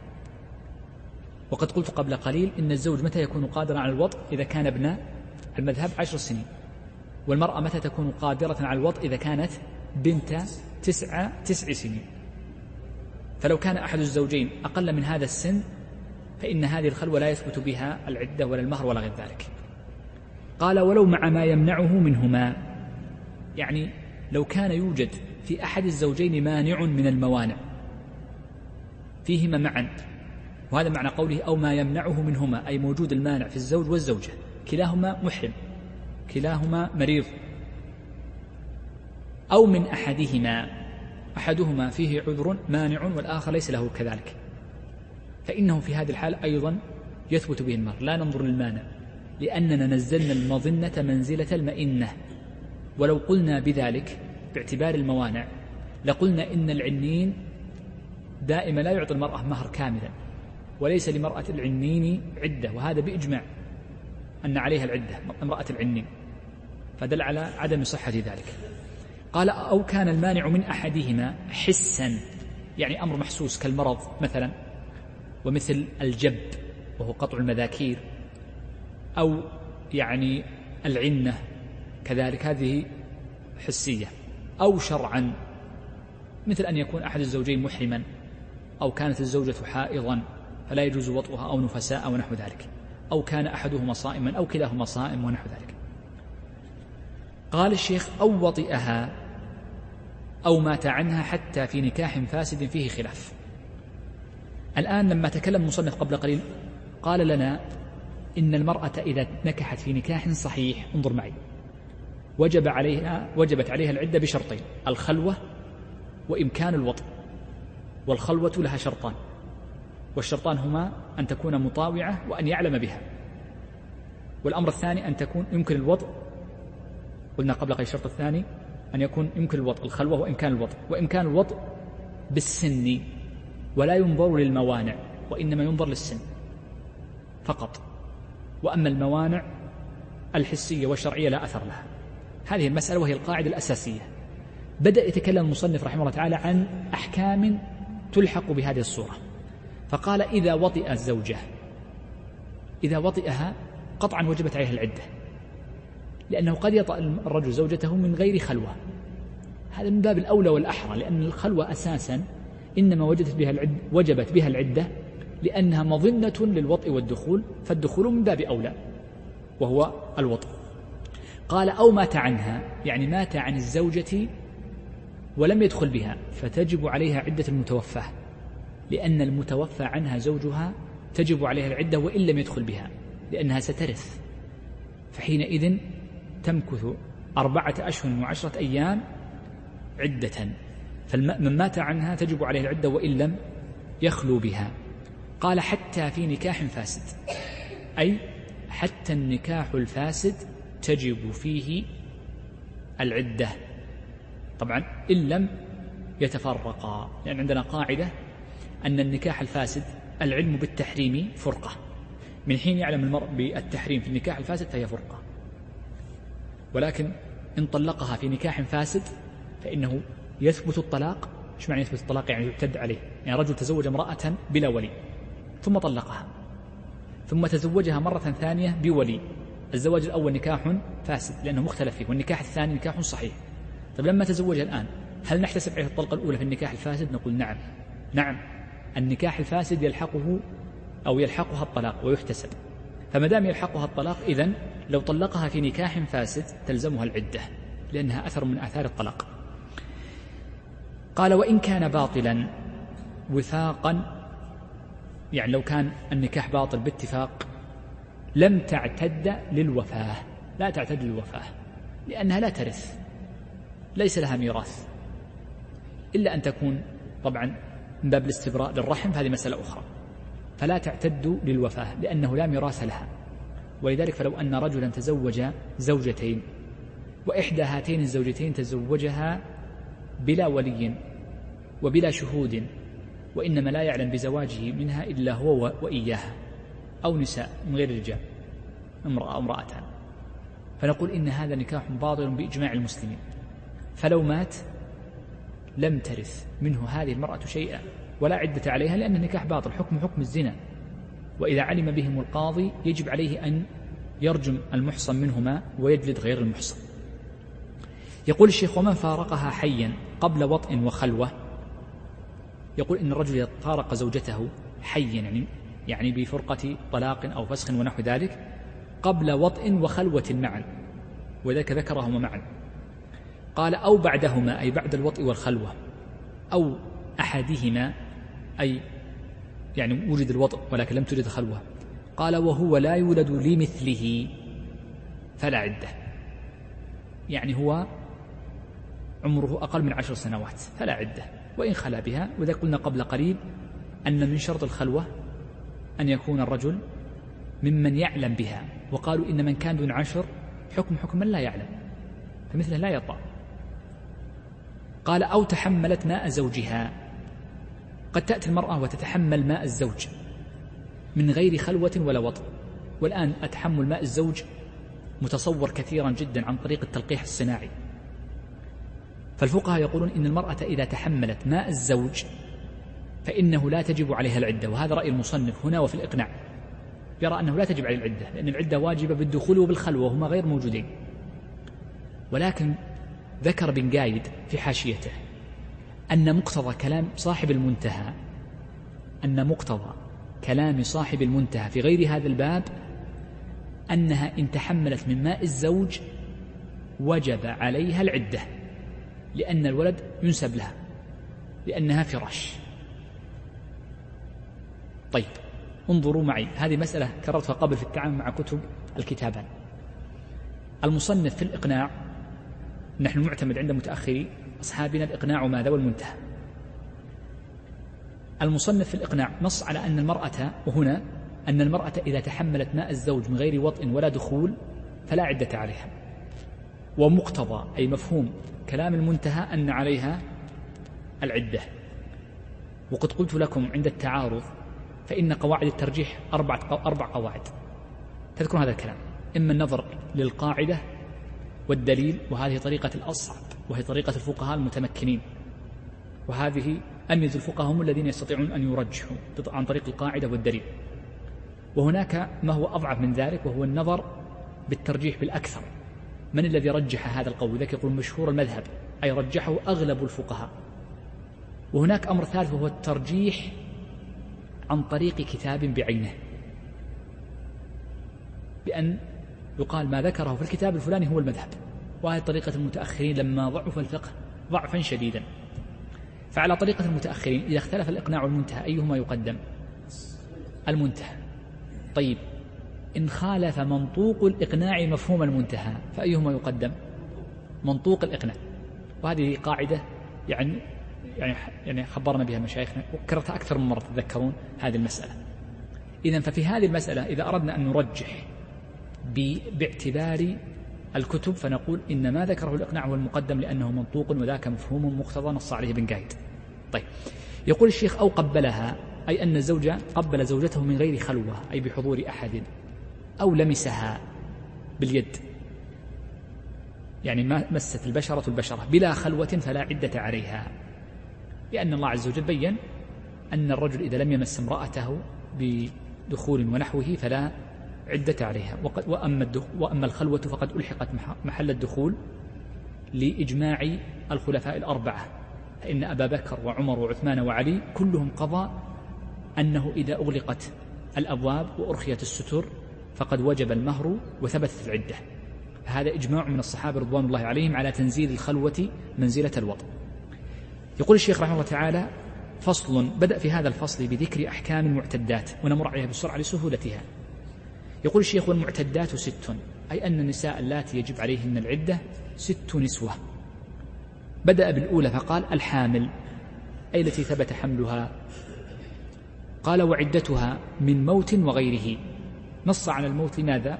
وقد قلت قبل قليل إن الزوج متى يكون قادرا على الوطء؟ إذا كان ابن المذهب 10 سنين، والمرأة متى تكون قادرة على الوطء؟ إذا كانت بنت 9 سنين. فلو كان أحد الزوجين أقل من هذا السن فإن هذه الخلوة لا يثبت بها العدة ولا المهر ولا غير ذلك. قال: ولو مع ما يمنعه منهما. يعني لو كان يوجد في أحد الزوجين مانع من الموانع فيهما معا، وهذا معنى قوله أو ما يمنعه منهما، أي موجود المانع في الزوج والزوجة، كلاهما محرم، كلاهما مريض، أو من أحدهما فيه عذر مانع والآخر ليس له كذلك، فإنه في هذه الحال أيضا يثبت به المهر. لا ننظر للمانع، لأننا نزلنا المظنة منزلة المئنة. ولو قلنا بذلك باعتبار الموانع لقلنا إن العنين دائما لا يعطي المرأة مهر كاملا، وليس لمرأة العنين عدة، وهذا بإجماع أن عليها العدة امرأة العنين، فدل على عدم صحة ذلك. قال: أو كان المانع من أحدهما حسا، يعني أمر محسوس كالمرض مثلا، ومثل الجب وهو قطع المذاكير، أو يعني العنة كذلك، هذه حسية. أو شرعا، مثل أن يكون أحد الزوجين محرما، أو كانت الزوجة حائضا فلا يجوز وطئها، أو نفساء ونحو ذلك، أو كان أحدهما صائما أو كلاهما صائم ونحو ذلك. قال الشيخ: أو وطئها أو مات عنها حتى في نكاح فاسد فيه خلاف. الآن لما تكلم المصنف قبل قليل قال لنا إن المرأة إذا نكحت في نكاح صحيح، انظر معي، وجبت عليها العدة بشرطين: الخلوة وإمكان الوطء. والخلوة لها شرطان، والشرطان هما أن تكون مطاوعة وأن يعلم بها. والأمر الثاني أن تكون يمكن الوطء، قلنا قبل قليل الشرط الثاني أن يكون يمكن الوطء، الخلوة وإمكان الوطء. وإمكان الوطء بالسن ولا ينظر للموانع، وإنما ينظر للسن فقط، وأما الموانع الحسية والشرعية لا أثر لها. هذه المسألة وهي القاعدة الأساسية. بدأ يتكلم المصنف رحمه الله تعالى عن أحكام تلحق بهذه الصورة، فقال إذا وطئ الزوجة، إذا وطئها قطعا وجبت عليها العدة، لأنه قد يطأ الرجل زوجته من غير خلوة، هذا من باب الأولى والأحرى، لأن الخلوة أساسا إنما وجبت بها العدة لأنها مظنة للوطء والدخول، فالدخول من باب أولى وهو الوطء. قال أو مات عنها، يعني مات عن الزوجة ولم يدخل بها، فتجب عليها عدة المتوفى، لأن المتوفى عنها زوجها تجب عليها العدة وإن لم يدخل بها، لأنها سترث، فحينئذ تمكث 4 أشهر و10 أيام عدة. فمن مات عنها تجب عليه العدة وإن لم يخلو بها. قال حتى في نكاح فاسد، أي حتى النكاح الفاسد تجب فيه العدة، طبعا إن لم يتفرقا، لأن عندنا قاعدة أن النكاح الفاسد العلم بالتحريم فرقة، من حين يعلم المرء بالتحريم في النكاح الفاسد فهي فرقة، ولكن إن طلقها في نكاح فاسد فإنه يثبت الطلاق. إيش معنى يثبت الطلاق؟ يعني يعتد عليه، يعني رجل تزوج امرأة بلا ولي ثم طلقها، ثم تزوجها مرة ثانية بولي. الزواج الأول نكاح فاسد لأنه مختلف فيه، والنكاح الثاني نكاح صحيح. طيب لما تزوجها الآن هل نحتسب عليه الطلقة الأولى في النكاح الفاسد؟ نقول نعم، نعم، النكاح الفاسد يلحقه أو يلحقها الطلاق ويحتسب، فما دام يلحقها الطلاق إذن لو طلقها في نكاح فاسد تلزمها العدة، لأنها أثر من آثار الطلاق. قال وإن كان باطلا وفاقا، يعني لو كان النكاح باطل باتفاق لم تعتد للوفاة، لا تعتد للوفاة، لأنها لا ترث، ليس لها ميراث، إلا أن تكون طبعا من باب الاستبراء للرحم، هذه مسألة أخرى، فلا تعتد للوفاة لأنه لا ميراث لها. ولذلك فلو أن رجلا تزوج زوجتين وإحدى هاتين الزوجتين تزوجها بلا ولي وبلا شهود، وإنما لا يعلم بزواجه منها إلا هو وإياها، أو نساء من غير رجال، امرأة أو امرأتان، فنقول إن هذا نكاح باطل بإجماع المسلمين، فلو مات لم ترث منه هذه المرأة شيئا ولا عدة عليها، لأن النكاح باطل، حكم الزنا، وإذا علم بهم القاضي يجب عليه أن يرجم المحصن منهما ويجلد غير المحصن. يقول الشيخ ومن فارقها حيا قبل وطء وخلوة، يقول إن الرجل يفارق زوجته حيا، يعني بفرقة طلاق أو فسخ ونحو ذلك، قبل وطء وخلوة معا، وذلك ذكرهما معا. قال أو بعدهما، أي بعد الوطء والخلوة، أو أحدهما، أي يعني وجد الوطء ولكن لم توجد الخلوة. قال وهو لا يولد لمثله فلا عدة، يعني هو عمره أقل من 10 سنوات فلا عدة وإن خلا بها. وذا قلنا قبل قليل أن من شرط الخلوة أن يكون الرجل ممن يعلم بها، وقالوا إن من كان دون 10 حكم من لا يعلم، فمثله لا يطأ. قال أو تحملت ماء زوجها، قد تأتي المرأة وتتحمل ماء الزوج من غير خلوة ولا وطء، والآن أتحمل ماء الزوج متصور كثيرا جدا عن طريق التلقيح الصناعي، فالفقهاء يقولون إن المرأة إذا تحملت ماء الزوج فإنه لا تجب عليها العدة، وهذا رأي المصنف هنا وفي الإقناع، يرى أنه لا تجب عليه العدة، لأن العدة واجبة بالدخول وبالخلوة وهما غير موجودين. ولكن ذكر بن قايد في حاشيته أن مقتضى كلام صاحب المنتهى، أن مقتضى كلام صاحب المنتهى في غير هذا الباب أنها إن تحملت من ماء الزوج وجب عليها العدة، لأن الولد ينسب لها لأنها فراش. طيب انظروا معي، هذه مسألة كررتها قبل في التعامل مع كتب الكتابان. المصنف في الإقناع، نحن معتمد عند متأخري أصحابنا الإقناع ماذا والمنتهى. المصنف في الإقناع نص على أن المرأة، وهنا أن المرأة إذا تحملت ماء الزوج من غير وطء ولا دخول فلا عدة عليها، ومقتضى أي مفهوم كلام المنتهى أن عليها العدة، وقد قلت لكم عند التعارض فإن قواعد الترجيح أربع قواعد، تذكرون هذا الكلام، إما النظر للقاعدة والدليل، وهذه طريقة الأصعب وهي طريقة الفقهاء المتمكنين، وهذه أميز الفقهاء هم الذين يستطيعون أن يرجحوا عن طريق القاعدة والدليل. وهناك ما هو أضعف من ذلك وهو النظر بالترجيح بالأكثر، من الذي رجح هذا القول؟ ذلك يقول مشهور المذهب، أي رجحه أغلب الفقهاء. وهناك أمر ثالث وهو الترجيح عن طريق كتاب بعينه، بأن يقال ما ذكره في الكتاب الفلاني هو المذهب، وهذه طريقة المتأخرين لما ضعف الفقه ضعفا شديدا. فعلى طريقة المتأخرين إذا اختلف الإقناع والمنتهى أيهما يقدم؟ المنتهى. طيب إن خالف منطوق الإقناع مفهوم المنتهى فأيهما يقدم؟ منطوق الإقناع. وهذه قاعدة يعني خبرنا بها مشايخنا وكررتها أكثر من مرة، تذكرون هذه المسألة. إذن ففي هذه المسألة إذا أردنا أن نرجح باعتبار الكتب فنقول إن ما ذكره الإقناع هو المقدم لأنه منطوق وذاك مفهوم مقتضى نص عليه ابن قايد. طيب يقول الشيخ أو قبلها، أي أن الزوج قبل زوجته من غير خلوة أي بحضور أحد، أو لمسها باليد، يعني ما مست البشرة بلا خلوة فلا عدة عليها، لأن الله عز وجل بيّن أن الرجل إذا لم يمس امرأته بدخول ونحوه فلا عدة عليها. وأما الخلوة فقد ألحقت محل الدخول لإجماع الخلفاء الأربعة، فإن أبا بكر وعمر وعثمان وعلي كلهم قضى أنه إذا أغلقت الأبواب وأرخيت الستر فقد وجب المهر وثبتت العدة. هذا إجماع من الصحابة رضوان الله عليهم على تنزيل الخلوة منزلة الوطء. يقول الشيخ رحمه الله تعالى: فصل. بدأ في هذا الفصل بذكر أحكام المعتدات ونمر عليها بسرعة لسهولتها. يقول الشيخ: والمعتدات 6، أي أن النساء اللاتي يجب عليهن العدة 6 نسوة. بدأ بالأولى فقال: الحامل، أي التي ثبت حملها. قال: وعدتها من موت وغيره. نص على الموت لماذا؟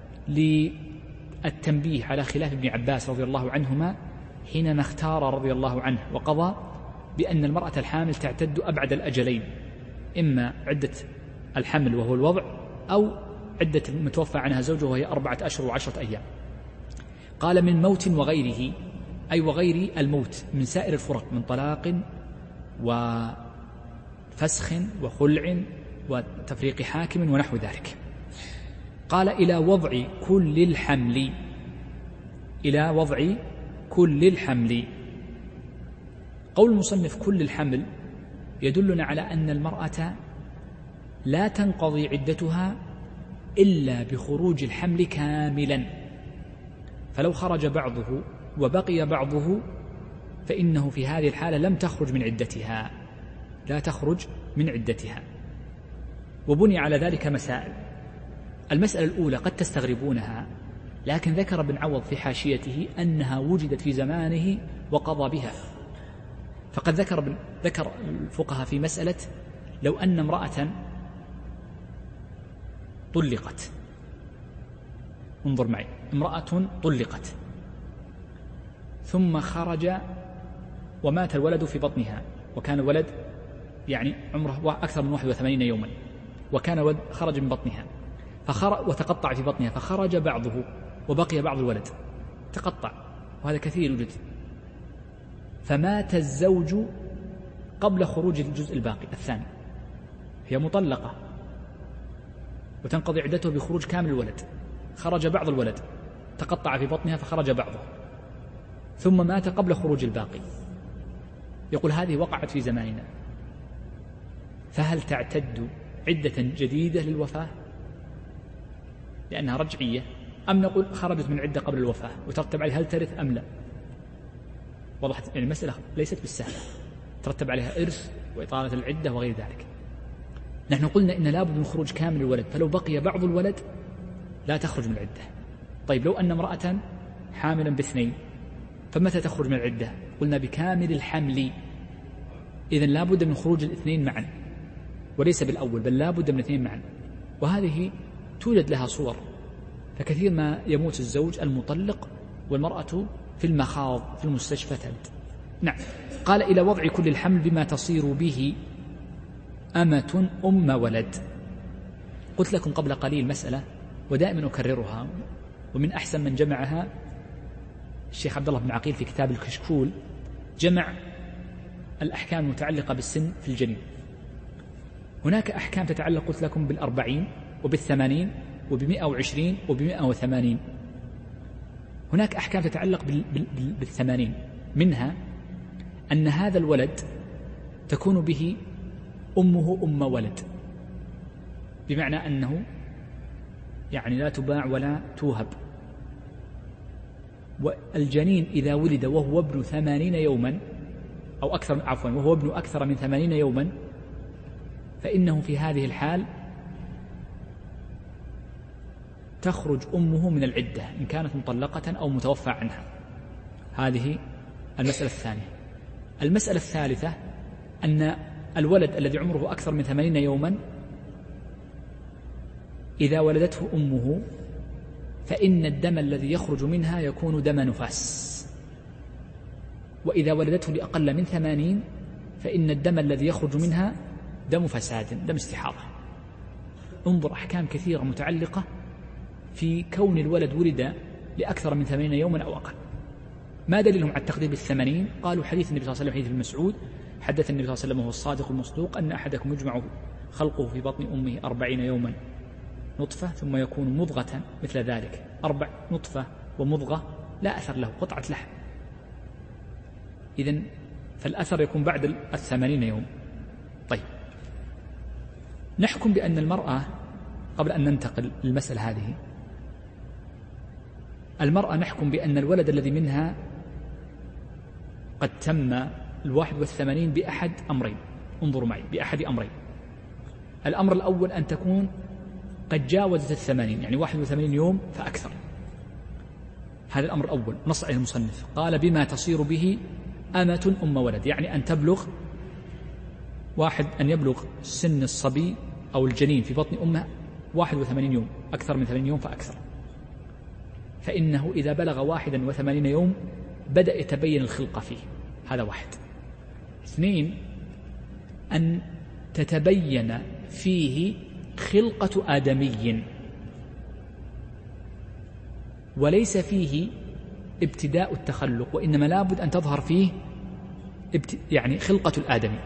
للتنبيه على خلاف ابن عباس رضي الله عنهما حينما اختار رضي الله عنه وقضى بأن المرأة الحامل تعتد أبعد الأجلين، إما عدة الحمل وهو الوضع، أو عدة المتوفى عنها زوجه وهي 4 أشهر و10 أيام. قال: من موت وغيره، أي وغير الموت من سائر الفرق، من طلاق وفسخ وخلع وتفريق حاكم ونحو ذلك. قال: إلى وضع كل الحمل، إلى وضع كل الحمل. قول المصنف كل الحمل يدلنا على أن المرأة لا تنقضي عدتها إلا بخروج الحمل كاملا، فلو خرج بعضه وبقي بعضه فإنه في هذه الحالة لم تخرج من عدتها، لا تخرج من عدتها. وبني على ذلك مسائل. المسألة الأولى قد تستغربونها، لكن ذكر ابن عوض في حاشيته أنها وجدت في زمانه وقضى بها. فقد ذكر الفقهاء في مسألة لو أن امرأة طلقت، انظر معي، امرأة طلقت ثم خرج ومات الولد في بطنها، وكان الولد يعني عمره أكثر من 81 يوما، وكان الولد خرج من بطنها وتقطع في بطنها، فخرج بعضه وبقي بعض الولد، تقطع، وهذا كثير يوجد. فمات الزوج قبل خروج الجزء الباقي الثاني، هي مطلقة وتنقضي عدته بخروج كامل الولد، خرج بعض الولد، تقطع في بطنها فخرج بعضه، ثم مات قبل خروج الباقي. يقول هذه وقعت في زماننا، فهل تعتد عدة جديدة للوفاة لأنها رجعية، أم نقول خرجت من عدة قبل الوفاة وترتب عليها هل ترث أم لا؟ وضحت يعني المسألة ليست بالسهلة، ترتب عليها إرث وإطالة العدة وغير ذلك. نحن قلنا إن لابد من خروج كامل الولد، فلو بقي بعض الولد لا تخرج من العدة. طيب لو أن امرأة حاملا ب2 فمتى تخرج من العدة؟ قلنا بكامل الحمل، إذن لابد من خروج ال2 معا، وليس بالأول بل لابد من 2 معا. وهذه توجد لها صور، فكثير ما يموت الزوج المطلق والمرأة في المخاض في المستشفى تلد. نعم. قال: إلى وضع كل الحمل بما تصير به أمة أم ولد. قلت لكم قبل قليل مسألة ودائما أكررها، ومن أحسن من جمعها الشيخ عبد الله بن عقيل في كتاب الكشكول، جمع الأحكام المتعلقة بالسن في الجنين. هناك أحكام تتعلق قلت لكم بال40 وبال80 وب120 وب180. هناك أحكام تتعلق بال80، منها أن هذا الولد تكون به أمه أم ولد، بمعنى أنه يعني لا تباع ولا توهب. والجنين إذا ولد وهو ابن 80 يوما أو أكثر، عفوا وهو ابن أكثر من 80 يوما، فإنه في هذه الحال تخرج أمه من العدة إن كانت مطلقة أو متوفى عنها. هذه المسألة الثانية. المسألة الثالثة أن الولد الذي عمره أكثر من 80 يوما إذا ولدته أمه فإن الدم الذي يخرج منها يكون دم نفاس، وإذا ولدته لأقل من 80 فإن الدم الذي يخرج منها دم فساد، دم استحاضة. انظر أحكام كثيرة متعلقة في كون الولد ولد لأكثر من 80 يوما أو أقل. ما دليلهم على التقدير ب80؟ قالوا حديث النبي صلى الله عليه وسلم، حديث ابن مسعود، حدث النبي صلى الله عليه وسلم وهو الصادق المصدوق أن أحدكم يجمع خلقه في بطن أمه 40 يوما نطفة ثم يكون مضغة مثل ذلك. 4 نطفة ومضغة لا أثر له، قطعة لحم. إذن فالأثر يكون بعد 80 يوم. طيب، نحكم بأن المرأة، قبل أن ننتقل للمسألة هذه، المرأة نحكم بأن الولد الذي منها قد تم 81 بأحد أمرين. انظروا معي، بأحد أمرين. الأمر الأول أن تكون قد جاوزت 80، يعني 81 يوم فأكثر. هذا الأمر الأول نص عليه المصنف، قال بما تصير به أمة أم ولد، يعني أن تبلغ أن يبلغ سن الصبي أو الجنين في بطن أمه 81 يوم، أكثر من 80 يوم فأكثر، فإنه إذا بلغ 81 يوم بدأ يتبين الخلقة فيه. هذا واحد. 2 أن تتبين فيه خلقة آدمي، وليس فيه ابتداء التخلق، وإنما لابد أن تظهر فيه يعني خلقة الآدمي،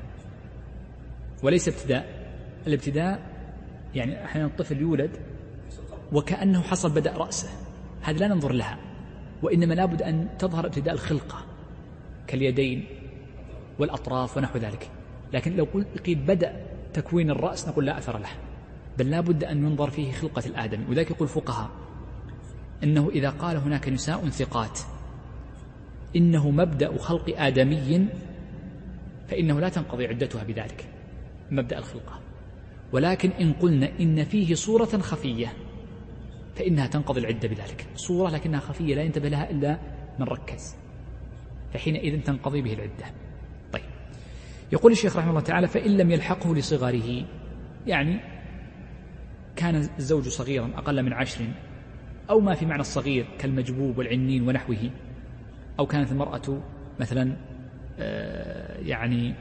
وليس ابتداء. الابتداء يعني أحيانا الطفل يولد وكأنه حصل بدأ رأسه، هذا لا ننظر لها، وإنما لابد أن تظهر ابتداء الخلقة كاليدين والأطراف ونحو ذلك. لكن لو قيل بدأ تكوين الرأس نقول لا أثر له، بل لابد أن ينظر فيه خلقة الآدمي. وذلك يقول الفقهاء إنه إذا قال هناك نساء ثقات إنه مبدأ خلق آدمي فإنه لا تنقضي عدتها بذلك مبدأ الخلقة، ولكن إن قلنا إن فيه صورة خفية فإنها تنقضي العدة بذلك. صورة لكنها خفية لا ينتبه لها إلا من ركز، فحينئذ تنقضي به العدة. طيب، يقول الشيخ رحمه الله تعالى فإن لم يلحقه لصغره، يعني كان الزوج صغيرا أقل من 10 أو ما في معنى الصغير كالمجبوب والعنين ونحوه، أو كانت المرأة مثلا يعني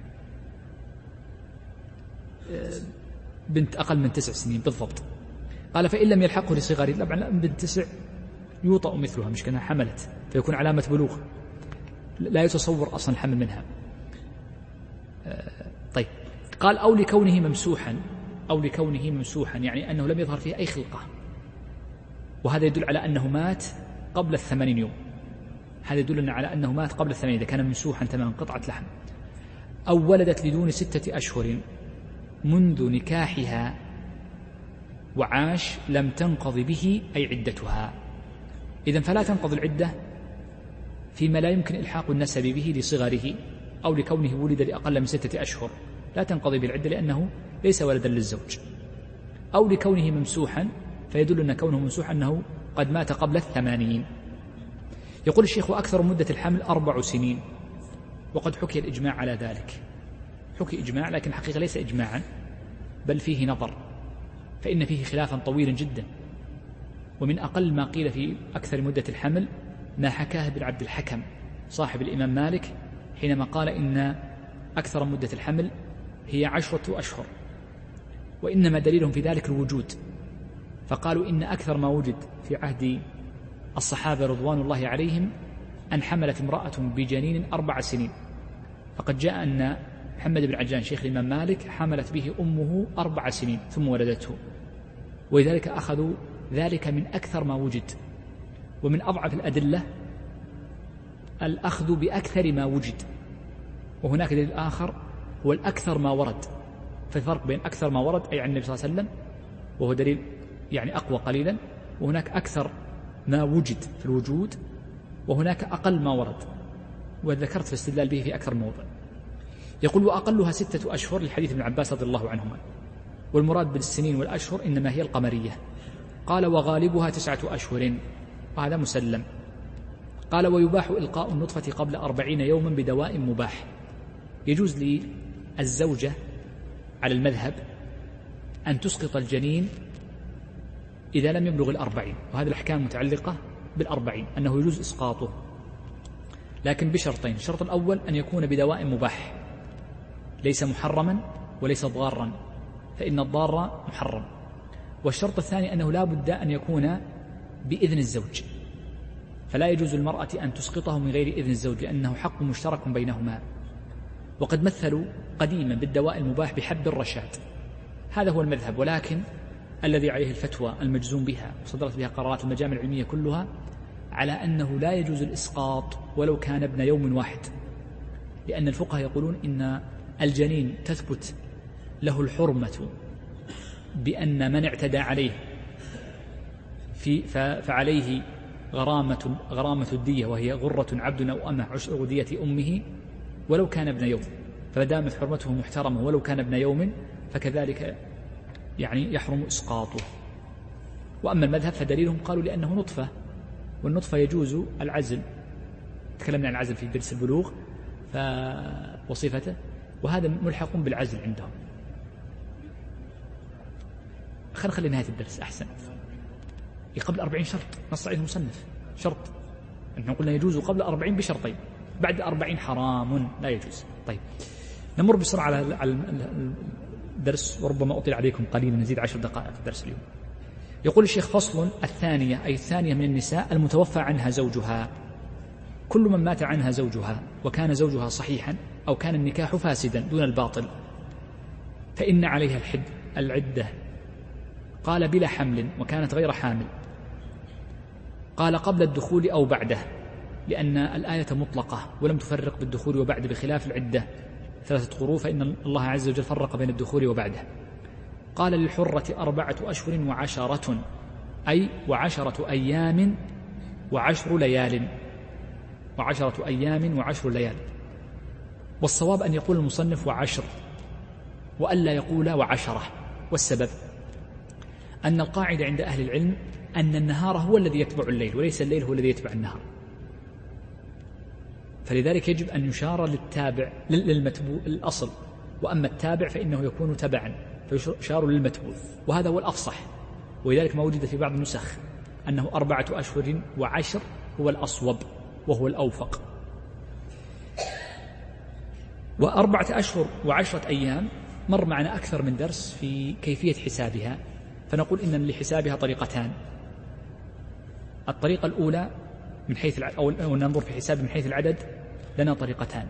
بنت أقل من 9 سنين بالضبط. قال فإن لم يلحقه لصغره، طبعا بنت 9 يوطأ مثلها، مش كأنها حملت فيكون علامة بلوغ، لا يتصور أصلا الحمل منها. طيب، قال أو لكونه ممسوحا، يعني أنه لم يظهر فيه أي خلقة، وهذا يدل على أنه مات قبل 80 يوم. هذا يدل على أنه مات قبل 80 إذا كان ممسوحا تماما قطعة لحم. أو ولدت لدون 6 أشهر منذ نكاحها وعاش لم تنقض به أي عدتها. إذن فلا تنقض العدة فيما لا يمكن إلحاق النسب به لصغره أو لكونه ولد لأقل من 6 أشهر، لا تنقضي بالعدة لأنه ليس ولدا للزوج. أو لكونه ممسوحا، فيدل أن كونه ممسوحا أنه قد مات قبل 80. يقول الشيخ وأكثر مدة الحمل 4 سنين، وقد حكي الإجماع على ذلك. حكي إجماع، لكن الحقيقة ليس إجماعا بل فيه نظر، فإن فيه خلافا طويلا جدا. ومن أقل ما قيل في أكثر مدة الحمل ما حكاه ابن عبد الحكم صاحب الإمام مالك، حينما قال إن أكثر مدة الحمل هي 10 أشهر، وإنما دليلهم في ذلك الوجود، فقالوا إن أكثر ما وجد في عهد الصحابة رضوان الله عليهم أن حملت امرأة بجنين 4 سنين، فقد جاء أن محمد بن عجلان شيخ الإمام مالك حملت به أمه 4 سنين ثم ولدته، ولذلك أخذوا ذلك من أكثر ما وجد. ومن أضعف الأدلة الأخذ بأكثر ما وجد، وهناك دليل آخر هو الأكثر ما ورد، فالفرق بين أكثر ما ورد أي عن النبي صلى الله عليه وسلم وهو دليل يعني أقوى قليلا، وهناك أكثر ما وجد في الوجود، وهناك أقل ما ورد، وذكرت في الاستدلال به في أكثر موضع. يقول وأقلها 6 أشهر لحديث ابن عباس رضي الله عنهما، والمراد بالسنين والأشهر إنما هي القمرية. قال وغالبها 9 أشهر، وهذا مسلم. قال ويباح إلقاء النطفة قبل 40 يوما بدواء مباح. يجوز للزوجة على المذهب أن تسقط الجنين إذا لم يبلغ 40، وهذه الأحكام متعلقة 40 أنه يجوز إسقاطه، لكن بشرطين. الشرط الأول أن يكون بدواء مباح ليس محرما وليس ضارا، فإن الضار محرم. والشرط الثاني أنه لا بد أن يكون بإذن الزوج، فلا يجوز المرأة أن تسقطه من غير إذن الزوج، لأنه حق مشترك بينهما. وقد مثلوا قديما بالدواء المباح بحب الرشاد، هذا هو المذهب، ولكن الذي عليه الفتوى المجزوم بها وصدرت بها قرارات المجامع العلمية كلها على أنه لا يجوز الإسقاط ولو كان ابن يوم واحد، لأن الفقهاء يقولون إن الجنين تثبت له الحرمة بأن من اعتدى عليه فعليه غرامة الدية، وهي غرة عبد أو أمة عشر دية أمه ولو كان ابن يوم، فدامت حرمته محترمة ولو كان ابن يوم فكذلك يعني يحرم إسقاطه. وأما المذهب فدليلهم قالوا لأنه نطفة، والنطفة يجوز العزل، تكلمنا عن العزل في درس البلوغ وصفته، وهذا ملحق بالعزل عندهم. خلينا نخلي نهاية الدرس أحسن. قبل 40 شرط نص عليه المصنف، شرط نحن قلنا يجوز قبل 40 بشرطين، بعد 40 حرام لا يجوز. طيب نمر بسرعة على الدرس، وربما أطيل عليكم قليلا، نزيد 10 دقائق في الدرس اليوم. يقول الشيخ فصل الثانية، أي الثانية من النساء المتوفى عنها زوجها، كل من مات عنها زوجها وكان زوجها صحيحا أو كان النكاح فاسدا دون الباطل فإن عليها العدة. قال بلا حمل وكانت غير حامل، قال قبل الدخول أو بعده، لأن الآية مطلقة ولم تفرق بالدخول وبعد، بخلاف العدة 3 قروء فإن الله عز وجل فرق بين الدخول وبعده. قال للحرة 4 أشهر و10، أي 10 أيام و10 ليال، 10 أيام و10 ليال. والصواب أن يقول المصنف 10 وألا يقول 10، والسبب أن القاعدة عند أهل العلم أن النهار هو الذي يتبع الليل وليس الليل هو الذي يتبع النهار، فلذلك يجب أن يشار للتابع للمتبوع الأصل، وأما التابع فإنه يكون تبعا فيشار للمتبوع، وهذا هو الأفصح. ولذلك ما وجد في بعض النسخ أنه 4 أشهر و10 هو الأصوب وهو الأوفق. 4 أشهر و10 أيام مر معنا أكثر من درس في كيفية حسابها، فنقول إن لحسابها طريقتان. الطريقة الأولى من حيث أو ننظر في حساب من حيث العدد، لنا طريقتان.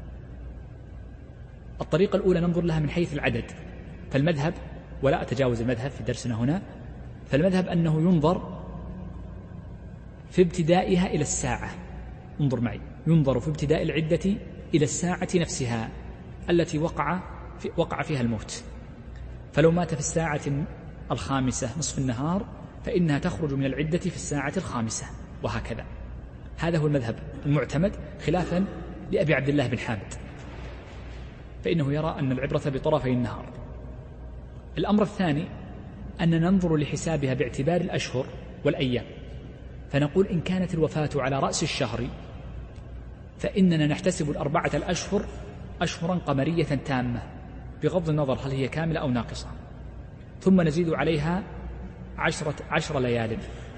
الطريقة الأولى ننظر لها من حيث العدد، فالمذهب، ولا أتجاوز المذهب في درسنا هنا، فالمذهب أنه ينظر في ابتدائها إلى الساعة. انظر معي، ينظر في ابتداء العدة إلى الساعة نفسها التي وقع فيها الموت، فلو مات في الساعة 5 نصف النهار فإنها تخرج من العدة في الساعة 5، وهكذا. هذا هو المذهب المعتمد، خلافا لأبي عبد الله بن حامد، فإنه يرى أن العبرة بطرفي النهار. الأمر الثاني أن ننظر لحسابها باعتبار الأشهر والأيام، فنقول إن كانت الوفاة على رأس الشهر فإننا نحتسب 4 الأشهر أشهرا قمرية تامة بغض النظر هل هي كاملة أو ناقصة، ثم نزيد عليها 10 ليال.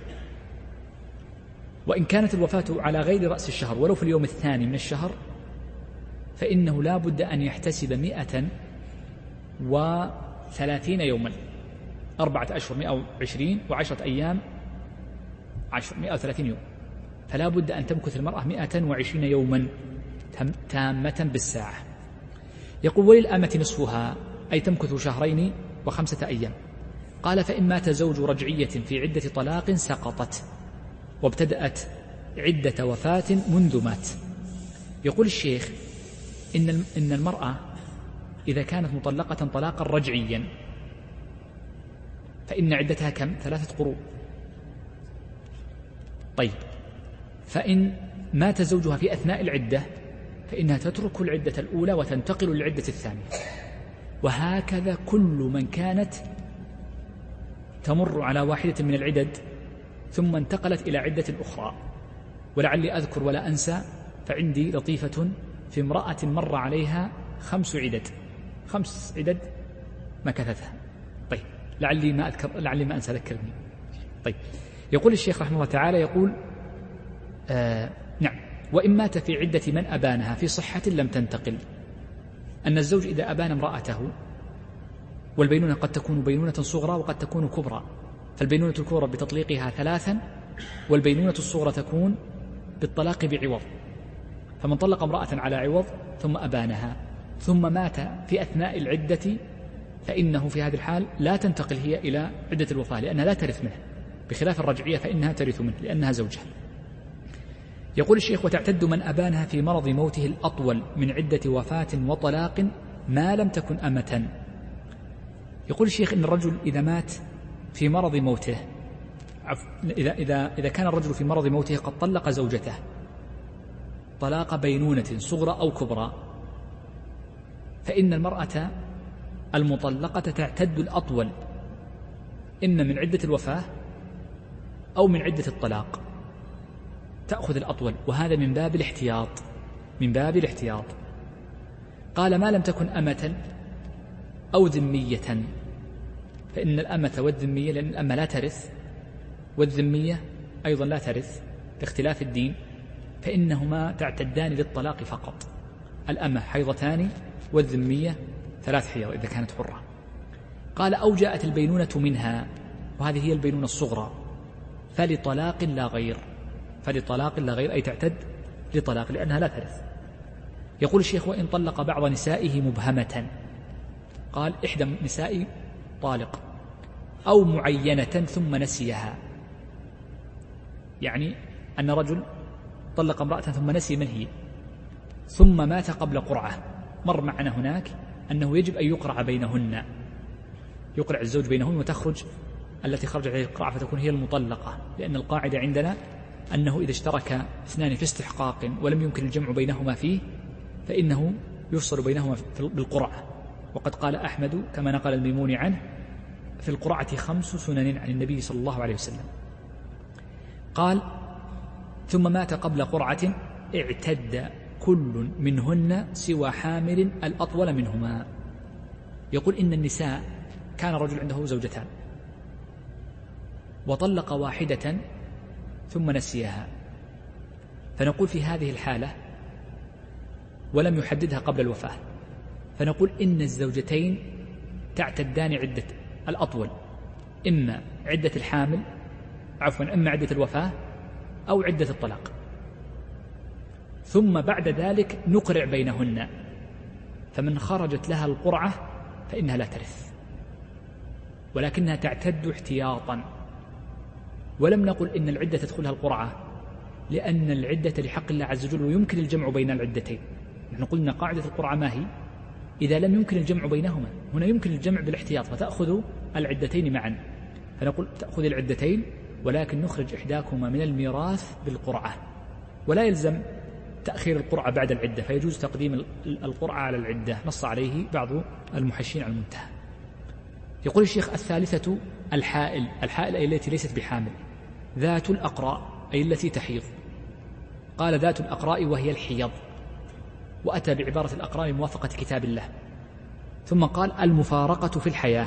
وإن كانت الوفاة على غير رأس الشهر ولو في اليوم الثاني من الشهر فإنه لا بد أن يحتسب 100 130 يوما، 4 أشهر 120 و10 أيام 130 يوم، فلا بد أن تمكث المرأة 120 يوما تامة بالساعة. يقول وللأمة نصفها، أي تمكث 2 و5 أيام. قال فإن مات زوج رجعية في عدة طلاق سقطت، وابتدأت عدة وفاة منذ مات. يقول الشيخ إن المرأة إذا كانت مطلقة طلاقا رجعيا فإن عدتها كم؟ 3 قروء. طيب، فإن مات زوجها في أثناء العدة فإنها تترك العدة الأولى وتنتقل للعدة الثانية، وهكذا كل من كانت تمر على واحدة من العدد ثم انتقلت إلى عدة أخرى. ولعلي أذكر ولا أنسى، فعندي لطيفة في امرأة مر عليها 5 عدد، 5 عدد مكثتها. طيب، لعلي ما أنسى، ذكرني. طيب، يقول الشيخ رحمه الله تعالى، يقول نعم، وإن مات في عدة من أبانها في صحة لم تنتقل. أن الزوج إذا أبان امرأته، والبينونة قد تكون بينونة صغرى وقد تكون كبرى، فالبينونة الكبرى بتطليقها 3، والبينونة الصغرى تكون بالطلاق بعوض. فمن طلق امرأة على عوض ثم أبانها ثم مات في أثناء العدة فإنه في هذه الحال لا تنتقل هي إلى عدة الوفاة، لأنها لا ترث منه، بخلاف الرجعية فإنها ترث منه لأنها زوجة. يقول الشيخ وتعتد من أبانها في مرض موته الأطول من عدة وفاة وطلاق ما لم تكن أمة. يقول الشيخ إن الرجل إذا مات في مرض موته، إذا كان الرجل في مرض موته قد طلق زوجته طلاق بينونة صغرى أو كبرى، فإن المرأة المطلقة تعتد الأطول إما من عدة الوفاة أو من عدة الطلاق، تأخذ الأطول، وهذا من باب الاحتياط، من باب الاحتياط. قال ما لم تكن أمة أو ذمية، فإن الأمة والذمية، لأن الأمة لا ترث والذمية أيضا لا ترث لاختلاف الدين، فإنهما تعتدان للطلاق فقط. الأمة حيضتان والذمية 3 حيض إذا كانت حرة. قال أو جاءت البينونة منها، وهذه هي البينونة الصغرى، فلطلاق لا غير، فلطلاق لا غير أي تعتد لطلاق لأنها لا ترث. يقول الشيخ وإن طلق بعض نسائه مبهمة، قال إحدى نسائي طالق، أو معينة ثم نسيها، يعني أن رجل طلق امرأة ثم نسي من هي، ثم مات قبل قرعة. مر معنا هناك أنه يجب أن يقرع بينهن، يقرع الزوج بينهن وتخرج التي خرج عليه القرعة فتكون هي المطلقة، لأن القاعدة عندنا أنه إذا اشترك 2 في استحقاق ولم يمكن الجمع بينهما فيه فإنه يفصل بينهما بالقرعة. وقد قال أحمد كما نقل الميمون عنه في القرعة 5 سنن عن النبي صلى الله عليه وسلم. قال ثم مات قبل قرعة اعتد كل منهن سوى حامل الأطول منهما. يقول إن النساء كان رجل عنده زوجتان وطلق واحدة ثم نسيها، فنقول في هذه الحالة ولم يحددها قبل الوفاة، فنقول إن الزوجتين تعتدان عدة الأطول، إما عدة الحامل إما عدة الوفاة أو عدة الطلاق، ثم بعد ذلك نقرع بينهن، فمن خرجت لها القرعة فإنها لا ترث، ولكنها تعتد احتياطا. ولم نقل إن العدة تدخلها القرعة، لأن العدة لحق الله عز وجل ويمكن الجمع بين العدتين. نحن قلنا قاعدة القرعة ما هي؟ إذا لم يمكن الجمع بينهما، هنا يمكن الجمع بالاحتياط فتأخذ العدتين معا، فنقول تأخذ العدتين ولكن نخرج إحداكما من الميراث بالقرعة، ولا يلزم تأخير القرعة بعد العدة، فيجوز تقديم القرعة على العدة، نص عليه بعض المحشين على المنتهى. يقول الشيخ الثالثة الحائل، الحائل أي التي ليست بحامل، ذات الأقراء أي التي تحيض. قال ذات الأقراء وهي الحيض، وأتى بعبارة الأقراء لموافقة كتاب الله. ثم قال المفارقة في الحياة.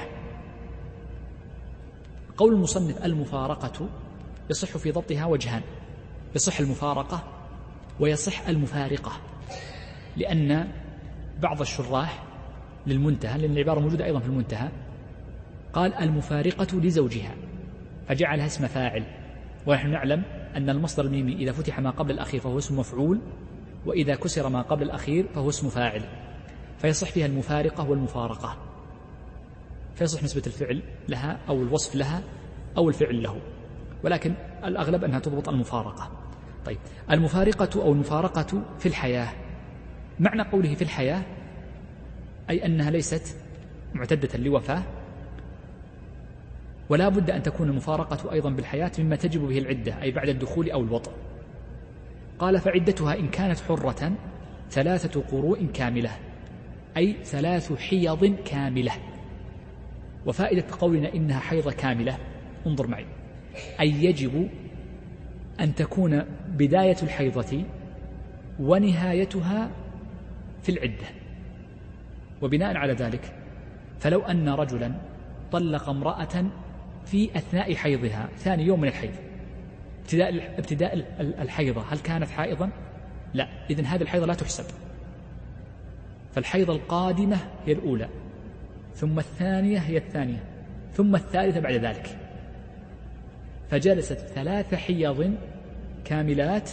قول المصنف المفارقة يصح في ضبطها وجهان، يصح المفارقة ويصح المفارقة، لأن بعض الشراح للمنتهى، لأن العبارة موجودة أيضا في المنتهى. قال المفارقة لزوجها، فجعلها اسم فاعل. ونحن نعلم أن المصدر الميمي إذا فتح ما قبل الأخير فهو اسم مفعول، وإذا كسر ما قبل الأخير فهو اسم فاعل، فيصح فيها المفارقة والمفارقة، فيصح نسبة الفعل لها أو الوصف لها أو الفعل له، ولكن الأغلب أنها تضبط المفارقة. طيب، المفارقة أو المفارقة في الحياة، معنى قوله في الحياة أي أنها ليست معتدة لوفاة، ولا بد أن تكون المفارقة أيضا بالحياة مما تجب به العدة، أي بعد الدخول أو الوطء. قال فعدتها إن كانت حرة 3 قروء كاملة، أي 3 حيض كاملة. وفائدة قولنا إنها حيضة كاملة، انظر معي، أي يجب أن تكون بداية الحيضة ونهايتها في العدة. وبناء على ذلك فلو أن رجلا طلق امرأة في أثناء حيضها، ثاني يوم من الحيض، ابتداء الحيضة، هل كانت حائضا؟ لا، إذن هذه الحيضة لا تحسب، فالحيضة القادمة هي الأولى، ثم الثانية هي الثانية، ثم الثالثة بعد ذلك. فجلست 3 حيض كاملات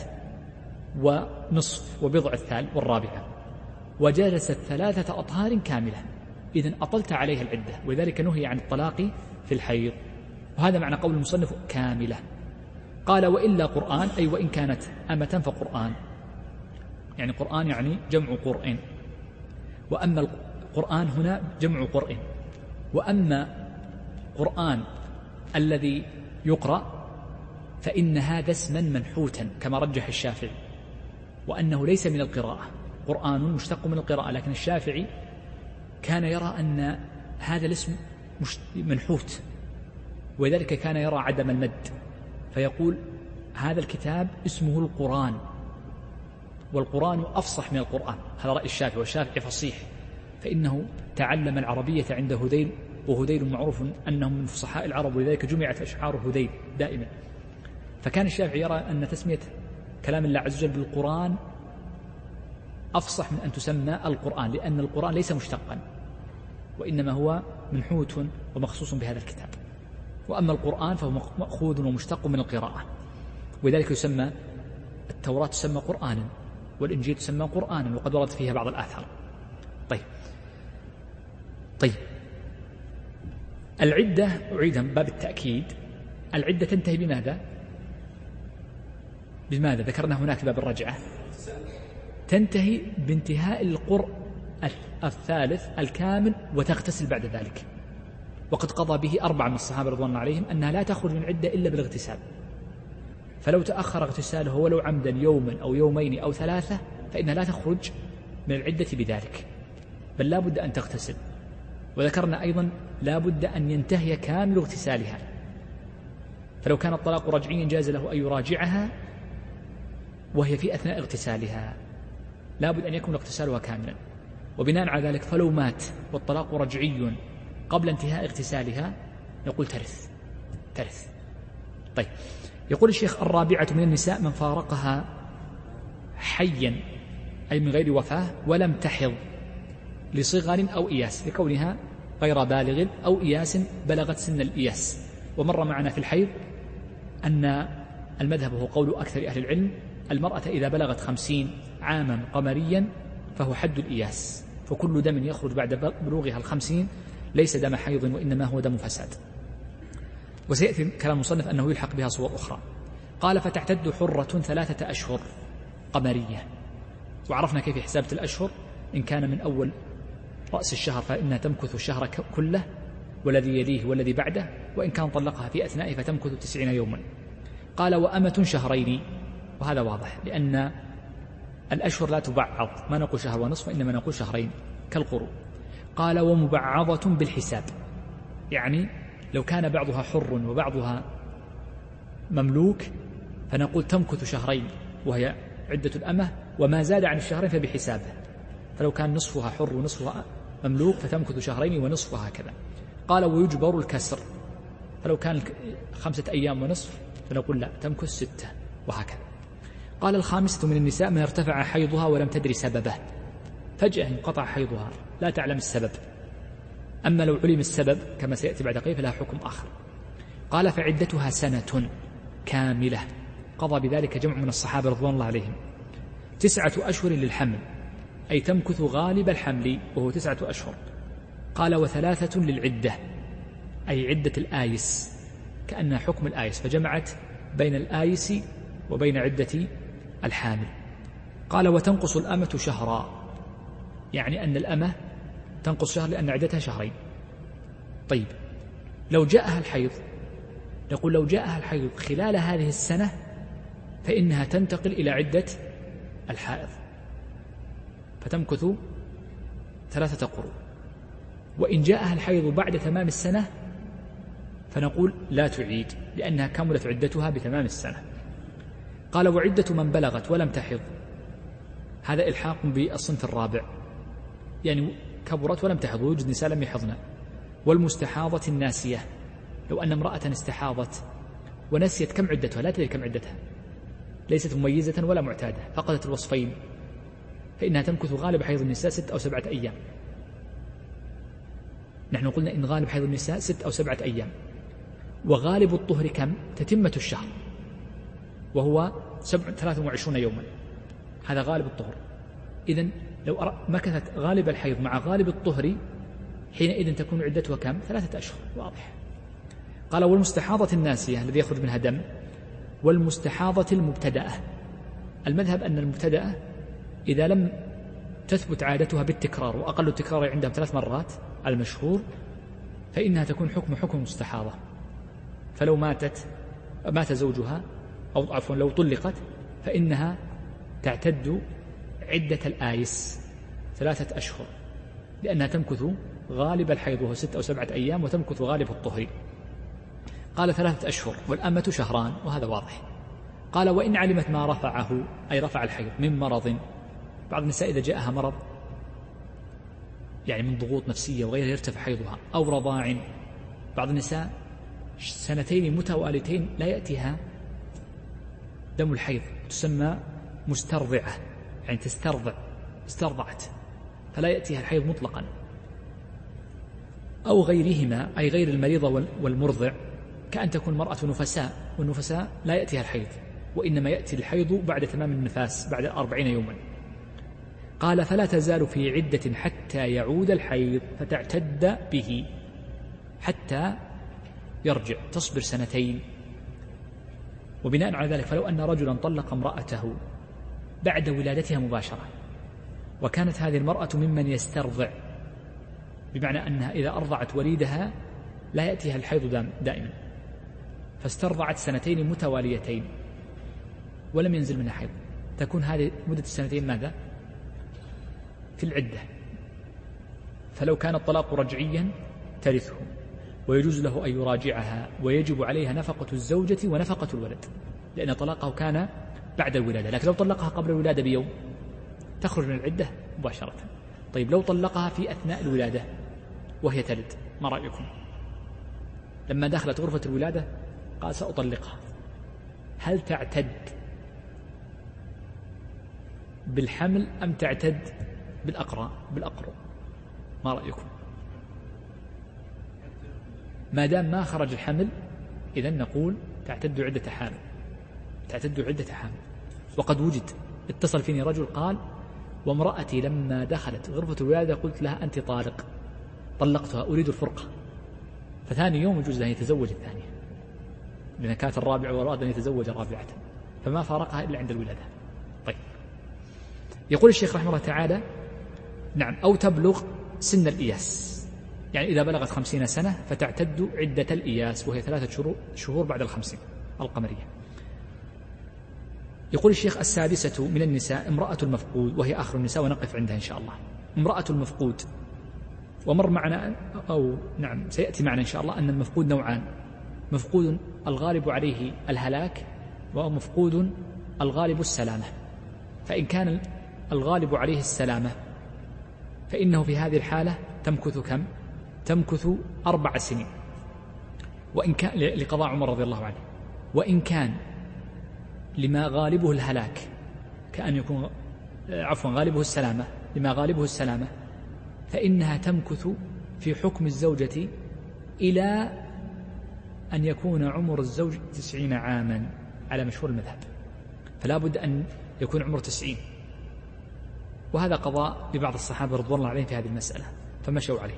ونصف وبضع الثالث والرابعة، وجلست 3 أطهار كاملة، إذن أطلت عليها العدة، ولذلك نهي عن الطلاق في الحيض. وهذا معنى قول المصنف كاملة. قال وإلا قرآن، أي وإن كانت أمة فقرآن، يعني قرآن يعني جمع قرء، وأما القرآن هنا جمع قرء. وأما قرآن الذي يقرأ فإن هذا اسما منحوتا كما رجح الشافعي، وأنه ليس من القراءة، قرآن مشتق من القراءة، لكن الشافعي كان يرى أن هذا الاسم منحوت، ولذلك كان يرى عدم المد، فيقول هذا الكتاب اسمه القرآن، والقرآن أفصح من القرآن. هذا رأي الشافعي، والشافعي فصيح، فإنه تعلم العربية عند هذيل، وهذيل معروف أنهم من فصحاء العرب، ولذلك جمعت أشعار هذيل دائما. فكان الشافعي يرى أن تسمية كلام الله عز وجل بالقرآن أفصح من أن تسمى القرآن، لأن القرآن ليس مشتقا، وإنما هو منحوت ومخصوص بهذا الكتاب. وأما القرآن فهو مأخوذ ومشتق من القراءة، ولذلك يسمى التوراة تسمى قرآنا، والإنجيل تسمى قرآنا، وقد ورد فيها بعض الآثار. طيب العدة أعيدها من باب التأكيد، العدة تنتهي بماذا؟ بماذا ذكرنا هناك باب الرجعة؟ تنتهي بانتهاء القرء الثالث الكامل، وتغتسل بعد ذلك. وقد قضى به 4 من الصحابة رضوان الله عليهم أنها لا تخرج من عدة إلا بالاغتسال، فلو تأخر اغتساله ولو عمدا يوما أو يومين أو 3 فإنها لا تخرج من العدة بذلك، بل لا بد أن تغتسل. وذكرنا أيضا لا بد أن ينتهي كامل اغتسالها، فلو كان الطلاق رجعيا جاز له أن يراجعها وهي في أثناء اغتسالها، لا بد أن يكون اغتسالها كاملا. وبناء على ذلك فلو مات والطلاق رجعي قبل انتهاء اغتسالها نقول ترث. طيب، يقول الشيخ الرابعة من النساء من فارقها حيا، أي من غير وفاة، ولم تحض لصغر أو إياس، لكونها غير بالغ، أو إياس بلغت سن الإياس. ومر معنا في الحيض أن المذهب هو قول أكثر أهل العلم، المرأة إذا بلغت 50 عاما قمريا فهو حد الإياس، فكل دم يخرج بعد بلوغها 50 ليس دم حيض، وإنما هو دم فساد. وسيأتي كلام المصنف أنه يلحق بها صور أخرى. قال فتعتد حرة 3 أشهر قمرية، وعرفنا كيف حسابة الأشهر، إن كان من أول رأس الشهر فإنها تمكث الشهر كله، والذي يليه والذي بعده، وإن كان طلقها في أثنائه فتمكث 90 يوما. قال وأمة 2 شهرين، وهذا واضح لأن الأشهر لا تبعض، ما نقول شهر ونصف، إنما نقول 2 شهرين كالقروء. قال ومبعضة بالحساب، يعني لو كان بعضها حر وبعضها مملوك فنقول تمكث 2 شهرين وهي عدة الأمة، وما زاد عن 2 شهرين فبحسابه، فلو كان نصفها حر ونصفها مملوك فتمكث 2 شهرين ونصف، وهكذا. قال ويجبر الكسر، فلو كان 5 أيام ونصف فنقول لا تمكث 6، وهكذا. قال الخامسة من النساء من ارتفع حيضها ولم تدري سببه، فجأة انقطع حيضها لا تعلم السبب. أما لو علم السبب كما سيأتي بعد قليل فلها حكم آخر. قال فعدتها سنة كاملة، قضى بذلك جمع من الصحابة رضوان الله عليهم. 9 أشهر للحمل، أي تمكث غالب الحمل وهو 9 أشهر. قال و3 للعدة، أي عدة الآيس، كأنها حكم الآيس، فجمعت بين الآيس وبين عدة الحامل. قال وتنقص الأمة شهرا، يعني أن الأمة تنقص شهر لأن عدتها شهرين. طيب لو جاءها الحيض، نقول لو جاءها الحيض خلال هذه السنة فإنها تنتقل إلى عدة الحائض فتمكث 3 قروء. وإن جاءها الحيض بعد تمام السنة فنقول لا تعيد لأنها كملت عدتها بتمام السنة. قال وعدة من بلغت ولم تحض، هذا إلحاق بالصنف الرابع، يعني كبرت ولم تحض ويوجد نساء لم يحضن. والمستحاضة الناسية، لو أن امرأة استحاضت ونسيت كم عدتها، لا تدري كم عدتها، ليست مميزة ولا معتادة، فقدت الوصفين، فإنها تمكث غالب حيض النساء 6 أو 7 أيام. نحن قلنا إن غالب حيض النساء 6 أو 7 أيام، وغالب الطهر كم؟ تتمة الشهر وهو 23 يوما، هذا غالب الطهر. إذن لو مكثت غالب الحيض مع غالب الطهر حينئذ تكون عدتها كم؟ 3 أشهر، واضح. قال والمستحاضة الناسية الذي يخرج منها دم، والمستحاضة المبتدأة. المذهب أن المبتدأة إذا لم تثبت عادتها بالتكرار، وأقل التكرار عندهم 3 مرات المشهور، فإنها تكون حكم المستحاضة. فلو مات زوجها أو عفوا لو طلقت فإنها تعتد عدة الآيس 3 أشهر، لأنها تمكث غالب الحيض وهو 6 أو 7 أيام، وتمكث غالب الطهر. قال 3 أشهر، والأمة شهران، وهذا واضح. قال وإن علمت ما رفعه، أي رفع الحيض من مرض، بعض النساء إذا جاءها مرض يعني من ضغوط نفسية وغيرها يرتفع حيضها، أو رضاع، بعض النساء 2 متواليتين لا يأتيها دم الحيض، تسمى مسترضعة، يعني استرضعت فلا يأتيها الحيض مطلقا. أو غيرهما، أي غير المريضة والمرضع، كأن تكون مرأة نفساء، والنفساء لا يأتيها الحيض، وإنما يأتي الحيض بعد تمام النفاس بعد 40 يوما. قال فلا تزال في عدة حتى يعود الحيض فتعتد به حتى يرجع، تصبر 2 سنين. وبناء على ذلك فلو أن رجلا طلق امرأته بعد ولادتها مباشرة، وكانت هذه المرأة ممن يسترضع، بمعنى أنها إذا أرضعت وليدها لا يأتيها الحيض دائما، فاسترضعت 2 متواليتين ولم ينزل منها حيض، تكون هذه مدة 2 ماذا؟ في العدة. فلو كان الطلاق رجعيا ترثه، ويجوز له أن يراجعها، ويجب عليها نفقة الزوجة ونفقة الولد، لأن طلاقه كان بعد الولادة. لكن لو طلقها قبل الولادة بيوم تخرج من العدة مباشرة. طيب لو طلقها في أثناء الولادة وهي تلد، ما رأيكم؟ لما دخلت غرفة الولادة قال سأطلقها، هل تعتد بالحمل أم تعتد بالأقرع؟ ما رأيكم؟ ما دام ما خرج الحمل إذن نقول تعتد عدة حامل. وقد وجد، اتصل فيني رجل قال وامرأتي لما دخلت غرفة الولادة قلت لها أنت طالق، طلقتها أريد الفرقة، فثاني يوم يجوز له أن يتزوج الثانية، لأن كانت الرابعة وأراد أن يتزوج الرابعة، فما فارقها إلا عند الولادة. طيب يقول الشيخ رحمه الله تعالى نعم، أو تبلغ سن الإياس، يعني إذا بلغت 50 سنة فتعتد عدة الإياس، وهي 3 شهور بعد 50 القمرية. يقول الشيخ 6 من النساء امرأة المفقود، وهي آخر النساء ونقف عندها إن شاء الله. امرأة المفقود، ومر معنا أو نعم سيأتي معنا إن شاء الله أن المفقود نوعان: مفقود الغالب عليه الهلاك، ومفقود الغالب السلامة. فإن كان الغالب عليه السلامة فإنه في هذه الحالة تمكث كم؟ تمكث 4 سنين، وإن كان لقضاء عمر رضي الله عنه. وإن كان لما غالبه الهلاك، كأن يكون غالبه السلامة، لما غالبه السلامة، فإنها تمكث في حكم الزوجة إلى أن يكون عمر الزوج 90 عاما على مشهور المذهب، فلا بد أن يكون عمره 90. وهذا قضاء لبعض الصحابة رضوان الله عليهم في هذه المسألة فمشوا عليه.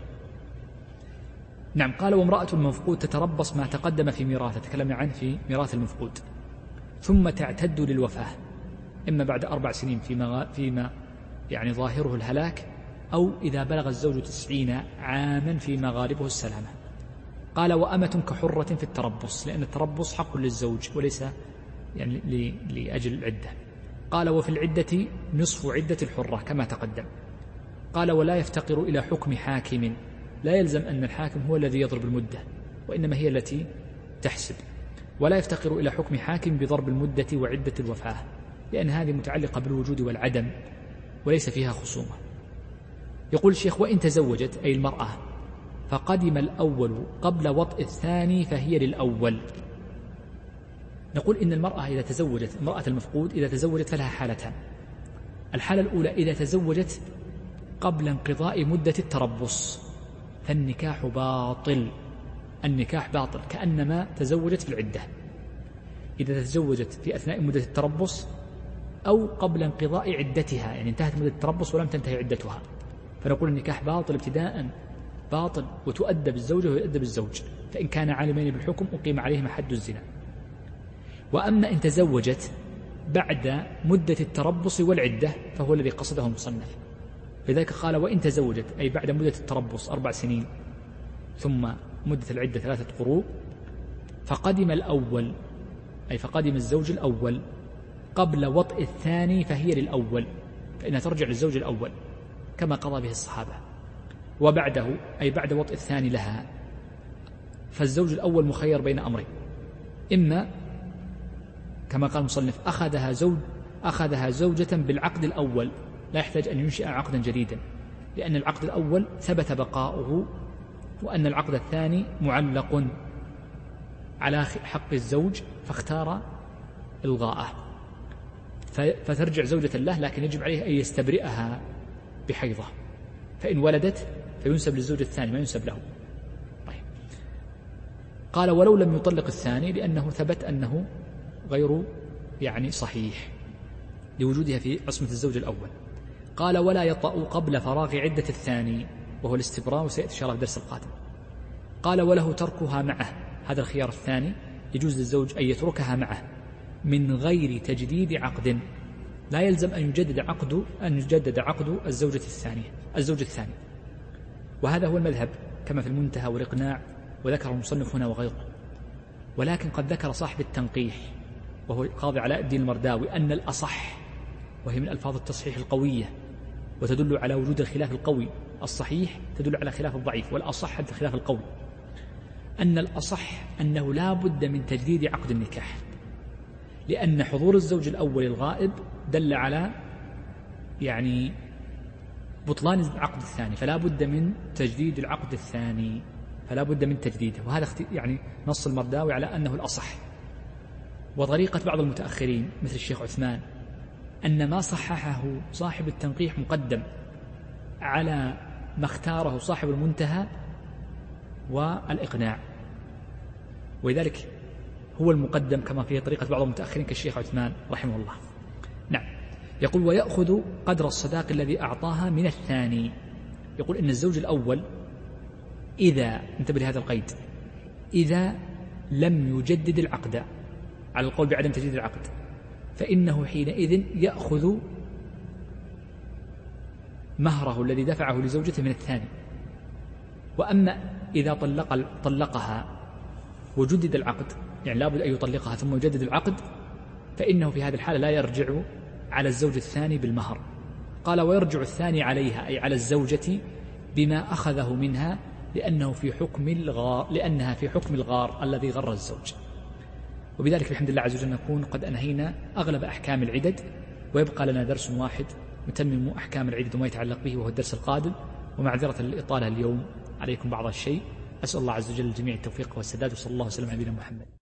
نعم. قال وامرأة المفقود تتربص ما تقدم في ميراثه، تكلمنا عنه في ميراث المفقود، ثم تعتد للوفاة، إما بعد 4 سنين فيما يعني ظاهره الهلاك، أو إذا بلغ الزوج 90 عاما فيما غالبه السلامة. قال وأمة كحرة في التربص، لأن التربص حق للزوج وليس يعني لأجل العدة. قال وفي العدة نصف عدة الحرة كما تقدم. قال ولا يفتقر إلى حكم حاكم، لا يلزم أن الحاكم هو الذي يضرب المدة، وإنما هي التي تحسب. ولا يفتقر إلى حكم حاكم بضرب المدة وعدة الوفاة، لأن هذه متعلقة بالوجود والعدم وليس فيها خصومة. يقول الشيخ وإن تزوجت أي المرأة فقدم الأول قبل وطئ الثاني فهي للأول. نقول إن المرأة إذا تزوجت، امرأة المفقود إذا تزوجت فلها حالتان. الحالة الأولى إذا تزوجت قبل انقضاء مدة التربص فالنكاح باطل، النكاح باطل كأنما تزوجت في العدة. إذا تزوجت في أثناء مدة التربص أو قبل انقضاء عدتها، يعني انتهت مدة التربص ولم تنتهي عدتها، فنقول النكاح باطل ابتداء، باطل، وتؤدب الزوجة ويؤدب الزوج، فإن كان عالمين بالحكم أقيم عليهما حد الزنا. وأما إن تزوجت بعد مدة التربص والعدة فهو الذي قصده المصنف، لذلك قال وإن تزوجت أي بعد مدة التربص 4 سنين ثم مدة العدة 3 قروء، فقدم الأول أي فقدم الزوج الأول قبل وطئ الثاني فهي للأول، فإنها ترجع للزوج الأول كما قضى به الصحابة. وبعده أي بعد وطئ الثاني لها، فالزوج الأول مخير بين أمرين، إما كما قال المصنف أخذها زوجة بالعقد الأول، لا يحتاج أن ينشئ عقدا جديدا، لأن العقد الأول ثبت بقاؤه، وأن العقد الثاني معلق على حق الزوج فاختار إلغاءه، فترجع زوجة له، لكن يجب عليه أن يستبرئها بحيضة، فإن ولدت فينسب للزوج الثاني ما ينسب له. طيب. قال ولو لم يطلق الثاني لأنه ثبت أنه غير يعني صحيح لوجودها في عصمة الزوج الأول. قال ولا يطأ قبل فراغ عدة الثاني، وهو الاستبراء، وسيأتي إن شاء الله في الدرس القادم. قال وله تركها معه، هذا الخيار الثاني، يجوز للزوج أن يتركها معه من غير تجديد عقد، لا يلزم أن يجدد عقد الزوج الثاني، وهذا هو المذهب كما في المنتهى والإقناع، وذكر المصنف هنا وغيره. ولكن قد ذكر صاحب التنقيح وهو قاضي علاء الدين المرداوي أن الأصح، وهي من ألفاظ التصحيح القوية وتدل على وجود الخلاف القوي، الصحيح تدل على خلاف الضعيف، والأصح هذا الخلاف القوي، أن الأصح أنه لا بد من تجديد عقد النكاح، لأن حضور الزوج الأول الغائب دل على يعني بطلان العقد الثاني، فلا بد من تجديد العقد الثاني، فلا بد من تجديده. وهذا يعني نص المرداوي على أنه الأصح. وطريقة بعض المتأخرين مثل الشيخ عثمان أن ما صححه صاحب التنقيح مقدم على ما اختاره صاحب المنتهى والإقناع، ولذلك هو المقدم كما فيه طريقة بعض المتأخرين كالشيخ عثمان رحمه الله. نعم. يقول ويأخذ قدر الصداق الذي أعطاها من الثاني. يقول إن الزوج الأول إذا، انتبه لهذا القيد، إذا لم يجدد العقد على القول بعدم تجديد العقد، فإنه حينئذ يأخذ مهره الذي دفعه لزوجته من الثاني. وأما إذا طلقها وجدد العقد، يعني لابد أن يطلقها ثم يجدد العقد، فإنه في هذه الحالة لا يرجع على الزوج الثاني بالمهر. قال ويرجع الثاني عليها أي على الزوجة بما أخذه منها، لأنها في حكم الغار الذي غر الزوج. وبذلك بحمد الله عز وجل نكون قد أنهينا أغلب أحكام العدد، ويبقى لنا درس واحد نتمم أحكام العدد وما يتعلق به، وهو الدرس القادم. ومعذرة للإطالة اليوم عليكم بعض الشيء، أسأل الله عز وجل الجميع التوفيق والسداد، وصلى الله وسلم على نبينا محمد.